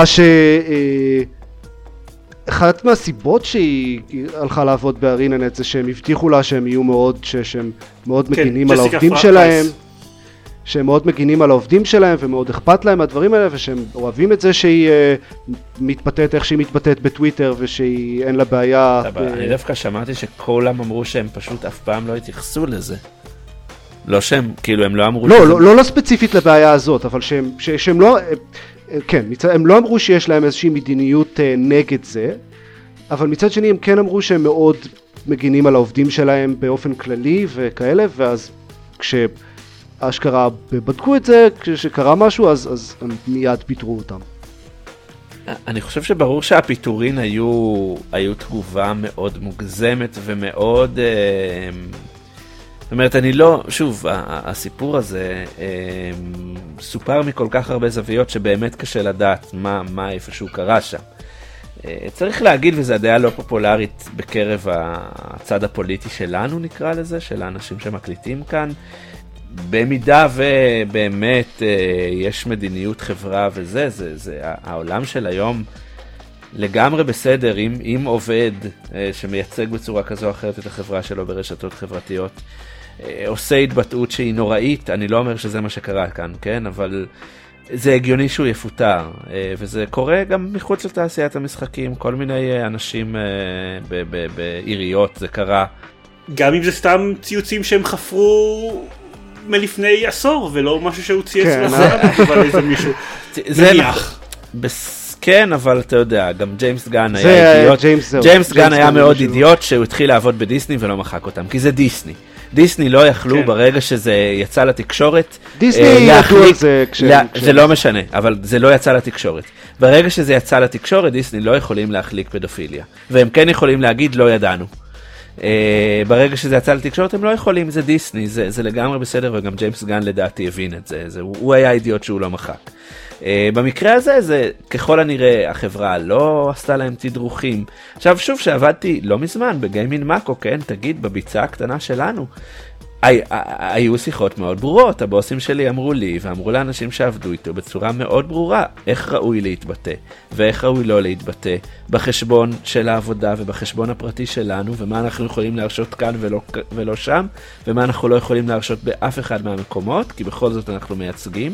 שאחת מהסיבות שהיא הלכה לעבוד באריננט זה שהם הבטיחו לה שהם יהיו מאוד, שהם מאוד מגינים על העובדים שלהם, שהם מאוד מגינים על העובדים שלהם ומאוד אכפת להם מהדברים האלה, ושהם אוהבים את זה שהיא מתבטאת איך שהיא מתבטאת בטוויטר ושהיא אין לה בעיה. אני דווקא שמעתי שכולם אמרו שהם פשוט אף פעם לא התייחסו לזה. לא שהם, כאילו הם לא אמרו... לא, לא, לא, לא ספציפית לבעיה הזאת, אבל שהם, שהם לא, כן, הם לא אמרו שיש להם איזושהי מדיניות נגד זה, אבל מצד שני הם כן אמרו שהם מאוד מגינים על העובדים שלהם באופן כללי וכאלה, ואז כשאשכרה בדקו את זה, כשקרה משהו, אז, אז הם מיד פיתרו אותם. אני חושב שברור שהפיתורין היו, היו תגובה מאוד מוגזמת ומאוד... זאת אומרת, אני לא, שוב, הסיפור הזה סופר מכל כך הרבה זוויות שבאמת קשה לדעת מה, מה איפשהו קרה שם. צריך להגיד, וזה הדעה לא פופולרית בקרב הצד הפוליטי שלנו נקרא לזה, של האנשים שמקליטים כאן, במידה ובאמת יש מדיניות חברה וזה, זה, זה, העולם של היום לגמרי בסדר אם, אם עובד אה, שמייצג בצורה כזו או אחרת את החברה שלו ברשתות חברתיות, אה, עושה התבטאות שהיא נוראית, אני לא אומר שזה מה שקרה כאן, כן? אבל זה הגיוני שהוא יפוטר, אה, וזה קורה גם מחוץ לתעשיית המשחקים, כל מיני אה, אנשים אה, ב- ב- בעיריות, זה קרה. גם אם זה סתם ציוצים שהם חפרו מלפני עשור, ולא משהו שהוא צייץ כן, לעשות, אבל איזה מישהו זה נניח. בס... כן, אבל אתה יודע, גם ג'יימס גן זה היה אידיוט. ג'יימס, זהו. ג'יימס גן היה מאוד משהו. אידיוט שהוא התחיל לעבוד בדיסני ולא מחק אותם, כי זה דיסני. דיסני לא יכלו כן. ברגע שזה יצא לתקשורת, דיסני אה, ידעו על להחליק- זה כש... לה- כש- זה לא משנה, אבל זה לא יצא לתקשורת. ברגע שזה יצא לתקשורת, דיסני לא יכולים להחליק פדופיליה. והם כן יכולים להגיד, לא ידענו. Uh, ברגע שזה יצא לתקשורת הם לא יכולים, זה דיסני, זה, זה לגמרי בסדר, וגם ג'יימס גן לדעתי הבין את זה, זה הוא, הוא היה אידיוט שהוא לא מחק. Uh, במקרה הזה, זה ככל הנראה החברה לא עשתה להם תדרוכים. עכשיו שוב שעבדתי לא מזמן בגיימין מאקו, כן, תגיד, בביצה הקטנה שלנו, הי, היו שיחות מאוד ברורות, הבוסים שלי אמרו לי ואמרו לאנשים שעבדו איתו בצורה מאוד ברורה איך ראוי להתבטא ואיך ראוי לא להתבטא בחשבון של העבודה ובחשבון הפרטי שלנו, ומה אנחנו יכולים להרשות כאן ולא, ולא שם, ומה אנחנו לא יכולים להרשות באף אחד מהמקומות, כי בכל זאת אנחנו מייצגים.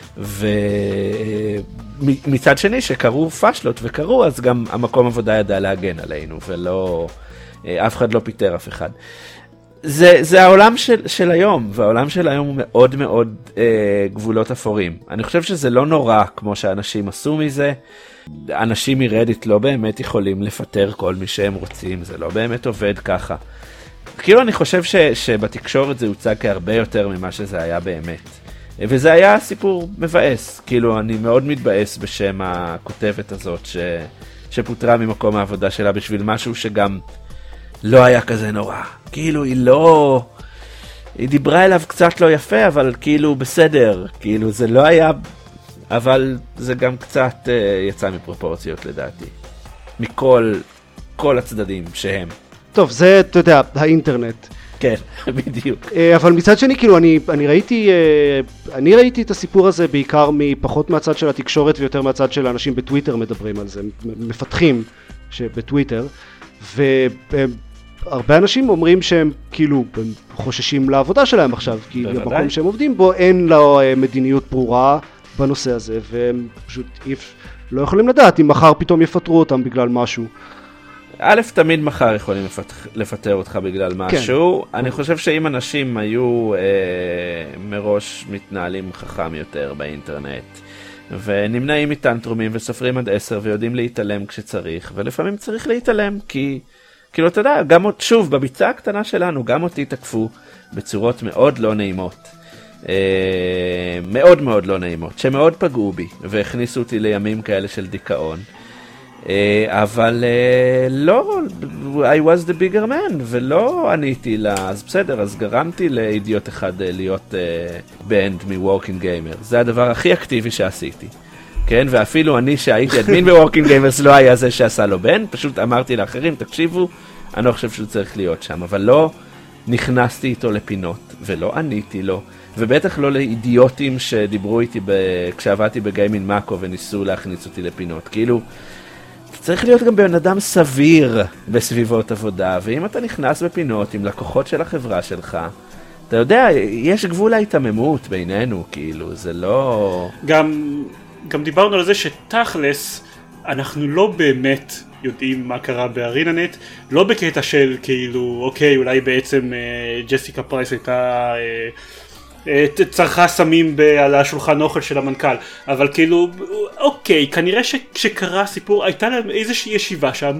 ומצד שני שקרו פשלות וקרו, אז גם המקום עבודה ידע להגן עלינו ולא, אף אחד לא פיטר אף אחד. זה, זה העולם של, של היום, והעולם של היום הוא מאוד מאוד אה, גבולות אפורים. אני חושב שזה לא נורא כמו שאנשים עשו מזה. אנשים מרדיט לא באמת יכולים לפטר כל מי שהם רוצים, זה לא באמת עובד ככה. כאילו אני חושב ש, שבתקשורת זה הוצג כהרבה יותר ממה שזה היה באמת. וזה היה סיפור מבאס, כאילו אני מאוד מתבאס בשם הכותבת הזאת ש, שפוטרה ממקום העבודה שלה בשביל משהו שגם לא היה כזה נורא. כאילו היא לא, היא דיברה אליו קצת לא יפה, אבל כאילו בסדר, כאילו זה לא היה, אבל זה גם קצת uh, יצא מפרופורציות לדעתי. מכל, כל הצדדים שהם. טוב, זה, אתה יודע, האינטרנט. כן, בדיוק. אבל מצד שני, כאילו, אני, אני ראיתי, אני ראיתי את הסיפור הזה בעיקר מפחות מהצד של התקשורת ויותר מהצד של האנשים בטוויטר מדברים על זה, מפתחים שבטוויטר, והרבה אנשים אומרים שהם כאילו חוששים לעבודה שלהם עכשיו, כי במקום שהם עובדים בו אין לו מדיניות ברורה בנושא הזה, והם פשוט לא יכולים לדעת אם מחר פתאום יפטרו אותם בגלל משהו. א', תמיד מחר יכולים לפתח, לפטר אותך בגלל משהו. כן. אני חושב שאם אנשים היו אה, מראש מתנהלים חכם יותר באינטרנט, ונמנעים מטנטרומים וסופרים עד עשר ויודעים להתעלם כשצריך, ולפעמים צריך להתעלם, כי, כאילו, אתה יודע, גם שוב, בביצה הקטנה שלנו, גם אותי תקפו בצורות מאוד לא נעימות. אה, מאוד מאוד לא נעימות, שמאוד פגעו בי, והכניסו אותי לימים כאלה של דיכאון. אבל לא, I was the bigger man, ולא עניתי לה, אז בסדר, אז גרמתי לאידיוט אחד להיות בנד מוורקינג גיימר. זה הדבר הכי אקטיבי שעשיתי. כן, ואפילו אני שהייתי אדמין בוורקינג גיימרס לא היה זה שעשה לו בנד, פשוט אמרתי לאחרים, תקשיבו, אני לא חושב שהוא צריך להיות שם, אבל לא נכנסתי איתו לפינות, ולא עניתי לו, ובטח לא לאידיוטים שדיברו איתי כשעבדתי בגיימין מאקו וניסו להכניס אותי לפינות, כאילו, צריך להיות גם בן אדם סביר בסביבות עבודה, ואם אתה נכנס בפינות עם לקוחות של החברה שלך, אתה יודע, יש גבול ההתאממות בינינו, כאילו, זה לא... גם, גם דיברנו על זה שתכלס, אנחנו לא באמת יודעים מה קרה באריננט, לא בקטע של כאילו, אוקיי, אולי בעצם אה, ג'סיקה פרייס הייתה... אה, צרכה סמים על השולחן אוכל של המנכ"ל, אבל כאילו, אוקיי, כנראה שקרה סיפור, הייתה להם איזושהי ישיבה שם,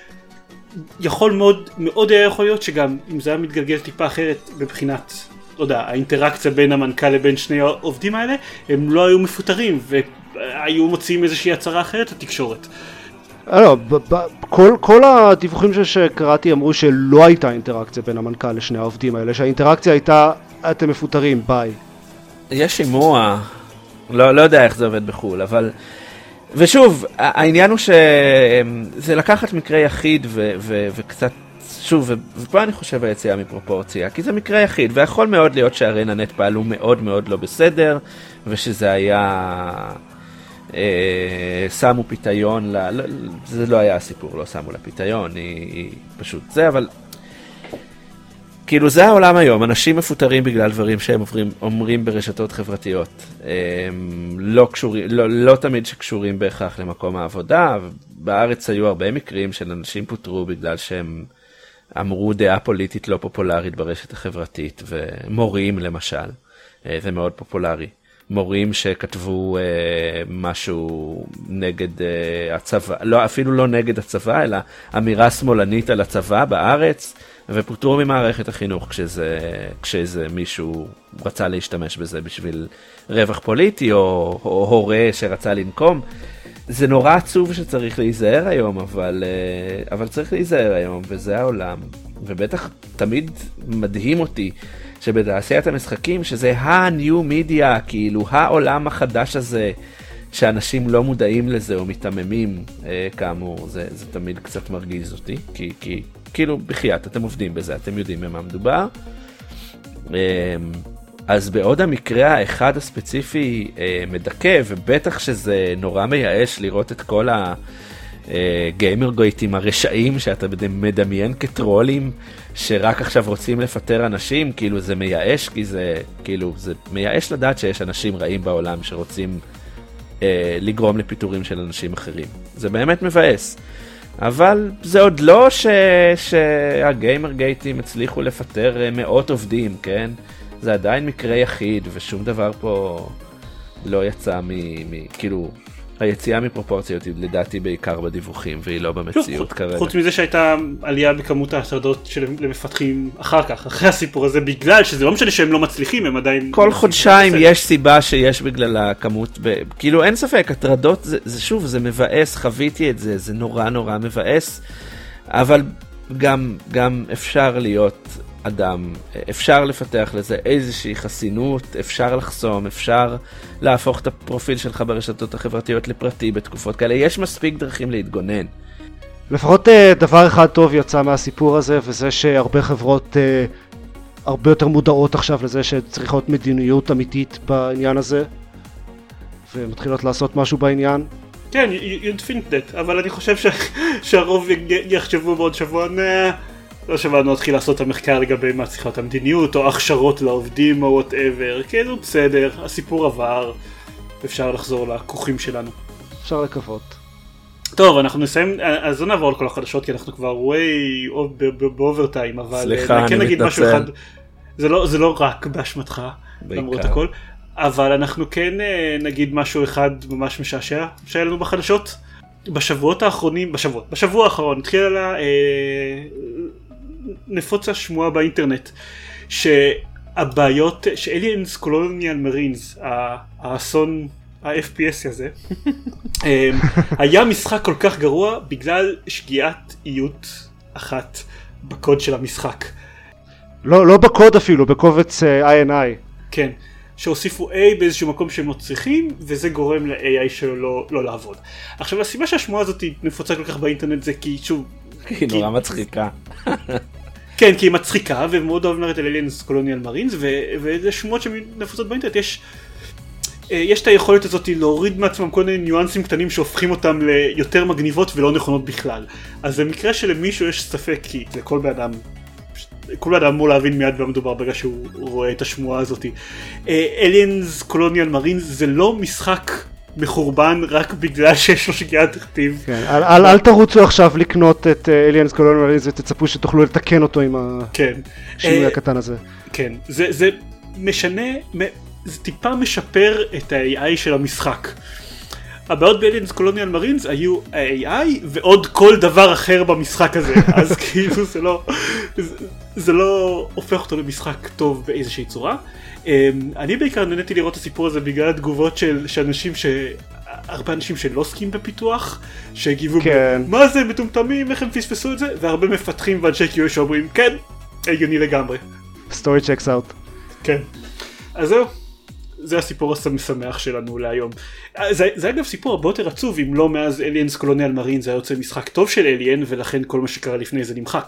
יכול מאוד, מאוד היה יכול להיות שגם אם זה היה מתגלגל טיפה אחרת מבחינת, לא יודע, האינטראקציה בין המנכ"ל לבין שני העובדים האלה, הם לא היו מפוטרים והיו מוציאים איזושהי הצהרה אחרת לתקשורת. לא, כל, כל הדיווחים שקראתי אמרו שלא הייתה אינטראקציה בין המנכ"ל לשני העובדים האלה, שהאינטראקציה הייתה אתם מפוטרים, ביי. יש שימוע, לא, לא יודע איך זה עובד בחול, אבל... ושוב, העניין הוא שזה לקחת מקרה יחיד ו- ו- וקצת... שוב, ופה אני חושב היציאה מפרופורציה, כי זה מקרה יחיד, ויכול מאוד להיות שהאריננט פעלו מאוד מאוד לא בסדר, ושזה היה... אה, שמו פיתיון, ל... לא, זה לא היה הסיפור, לא שמו לה פיתיון, היא, היא פשוט זה, אבל כאילו זה העולם היום, אנשים מפוטרים בגלל דברים שהם אומרים, אומרים ברשתות חברתיות, לא, קשורים, לא, לא תמיד שקשורים בהכרח למקום העבודה, בארץ היו הרבה מקרים של אנשים פוטרו בגלל שהם אמרו דעה פוליטית לא פופולרית ברשת החברתית, ומורים למשל, זה מאוד פופולרי, מורים שכתבו משהו נגד הצבא, לא, אפילו לא נגד הצבא, אלא אמירה שמאלנית על הצבא בארץ, ופוטרו ממערכת החינוך כשזה, כשזה מישהו רצה להשתמש בזה בשביל רווח פוליטי, או, או הורה שרצה לנקום. זה נורא עצוב שצריך להיזהר היום, אבל, אבל צריך להיזהר היום, וזה העולם. ובטח תמיד מדהים אותי שבתעשיית המשחקים, שזה ה-new media, כאילו העולם החדש הזה, שאנשים לא מודעים לזה או מתעממים, כאמור, זה, זה תמיד קצת מרגיז אותי, כי, כי כאילו בחייאת, אתם עובדים בזה, אתם יודעים במה מדובר. אז בעוד המקרה האחד הספציפי מדכא, ובטח שזה נורא מייאש לראות את כל הגיימרגויטים הרשעים שאתה מדמיין כטרולים, שרק עכשיו רוצים לפטר אנשים, כאילו זה מייאש, כי זה, כאילו, זה מייאש לדעת שיש אנשים רעים בעולם שרוצים לגרום לפיטורים של אנשים אחרים. זה באמת מבאס. אבל זה עוד לא ש... שהגיימר גייטים הצליחו לפטר מאות עובדים, כן? זה עדיין מקרה יחיד, ושום דבר פה לא יצא מ... מ... כאילו, היציאה מפרופורציות היא לדעתי בעיקר בדיווחים, והיא לא במציאות כרגע. חוץ מזה שהייתה עלייה בכמות ההטרדות של למפתחים אחר כך, אחרי הסיפור הזה, בגלל שזה לא משנה שהם לא מצליחים, הם עדיין... כל חודשיים יש סיבה שיש בגלל הכמות, ב... כאילו אין ספק, הטרדות, זה, זה שוב, זה מבאס, חוויתי את זה, זה נורא נורא מבאס, אבל גם, גם אפשר להיות אדם, אפשר לפתח לזה איזושהי חסינות, אפשר לחסום, אפשר להפוך את הפרופיל שלך ברשתות החברתיות לפרטי בתקופות כאלה, יש מספיק דרכים להתגונן. לפחות דבר אחד טוב יצא מהסיפור הזה, וזה שהרבה חברות הרבה יותר מודעות עכשיו לזה שצריכות מדיניות אמיתית בעניין הזה, ומתחילות לעשות משהו בעניין. כן, you'd think that, אבל אני חושב ש... שהרוב יחשבו בעוד שבוע, נה... לא שבאנו להתחיל לעשות את המחקר לגבי מה צריכה להיות המדיניות, או הכשרות לעובדים, או whatever, כאילו בסדר, הסיפור עבר, אפשר לחזור לכוחים שלנו. אפשר לקוות. טוב, אנחנו נסיים, אז לא נעבור על כל החדשות, כי אנחנו כבר way באוברטיים, אבל סליחה, אני נגיד משהו מתנצל. אחד, זה לא, זה לא רק באשמתך, למרות הכל, אבל אנחנו כן נגיד משהו אחד ממש משעשע שהיה לנו בחדשות. בשבועות האחרונים, בשבועות, בשבוע האחרון, התחילה לה, אה, נפוצה שמועה באינטרנט, שהבעיות, ש-Aliens Colonial Marines, האסון ה-אף פי אס הזה, אה, היה משחק כל כך גרוע בגלל שגיאת איות אחת בקוד של המשחק. לא, לא בקוד אפילו, בקובץ uh, איי אן איי. כן. שהוסיפו A באיזשהו מקום שהם לא צריכים, וזה גורם ל-איי איי שלו לא, לא לעבוד. עכשיו, הסיבה שהשמועה הזאת נפוצה כל כך באינטרנט זה כי, שוב... היא נורא מצחיקה. כן, כי היא מצחיקה, ומאוד אוהב לראות על Aliens Colonial Marines, וזה שמועות שנפוצות באינטרנט. יש, יש את היכולת הזאת להוריד מעצמם כל מיני ניואנסים קטנים שהופכים אותם ליותר מגניבות ולא נכונות בכלל. אז במקרה שלמישהו יש ספק, כי לכל באדם... כל אדם אמור להבין מיד במה מדובר ברגע שהוא רואה את השמועה הזאת. Aliens Colonial Marines זה לא משחק מחורבן רק בגלל שיש לו שגיאת כתיב. כן, אל, אל, אל תרוצו עכשיו לקנות את Aliens Colonial Marines ותצפו שתוכלו לתקן אותו עם השינוי הקטן הזה. כן, זה, זה משנה, זה טיפה משפר את ה-איי איי של המשחק. הבעיות ב-Aliens Colonial Marines היו ה-איי איי ועוד כל דבר אחר במשחק הזה, אז כאילו זה לא, זה, זה לא הופך אותו למשחק טוב באיזושהי צורה. אני בעיקר נהניתי לראות את הסיפור הזה בגלל התגובות של, של אנשים ש... הרבה אנשים שלא עוסקים בפיתוח, שהגיבו כן. ב... מה זה מטומטמים, איך הם פספסו את זה, והרבה מפתחים ואנשי קיו שאומרים כן, הגיוני לגמרי. Story checks out. כן. אז זהו. זה הסיפור המשמח שלנו להיום. זה, זה אגב סיפור הרבה יותר עצוב, אם לא מאז Aliens Colonial Marines זה היה יוצא משחק טוב של Alien, ולכן כל מה שקרה לפני זה נמחק.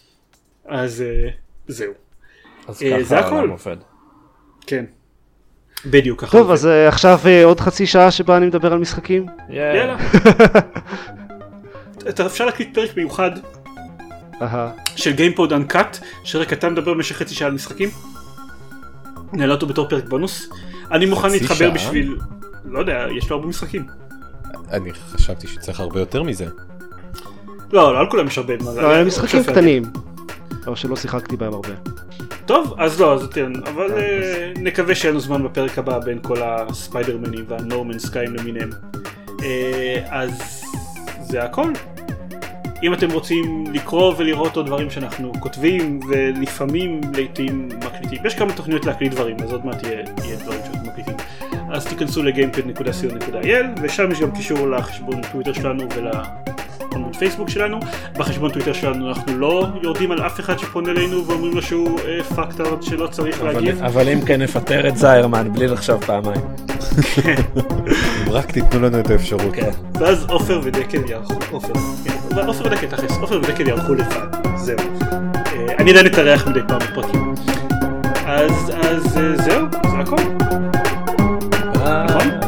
אז זהו. אז ככה העולם עובד. כן. בדיוק ככה. טוב, אז עכשיו עוד חצי שעה שבה אני מדבר על משחקים. יאללה. אפשר להקליט פרק מיוחד של גיימפוד אנקאט, שרק אתה מדבר במשך חצי שעה על משחקים. נעלה אותו בתור פרק בונוס. אני מוכן להתחבר בשביל, לא יודע, יש לו הרבה משחקים. אני חשבתי שצריך הרבה יותר מזה. לא, לא על כולם יש הרבה. לא, על משחקים קטנים. אבל שלא שיחקתי בהם הרבה. טוב, אז לא, אז תראה, אבל נקווה שיהיה לנו זמן בפרק הבא בין כל הספיידרמנים והנורמן סקיים למיניהם. אז זה הכל. אם אתם רוצים לקרוא ולראות עוד דברים שאנחנו כותבים ולפעמים לעתים מקליטים, יש כמה תוכניות להקליט דברים, אז עוד מעט יהיה, יהיה דברים שאנחנו מקליטים. אז תיכנסו ל-גיימפד נקודה סי או נקודה איי אל ושם יש גם קישור לחשבון טוויטר שלנו ולעמוד פייסבוק שלנו. בחשבון טוויטר שלנו אנחנו לא יורדים על אף אחד שפונה אלינו ואומרים לו שהוא פקטור שלא צריך להגיב. אבל אם כן נפטר את זיירמן בלי לחשוב פעמיים. רק תיתנו לנו את האפשרות. ואז אופר ודקל יערכו, אופר, אופר ודקל תכלס, אופר ודקל יערכו לבד, זהו. אני עדיין אתארח מדי פעם בפרקים. אז זהו, זה הכל. נכון?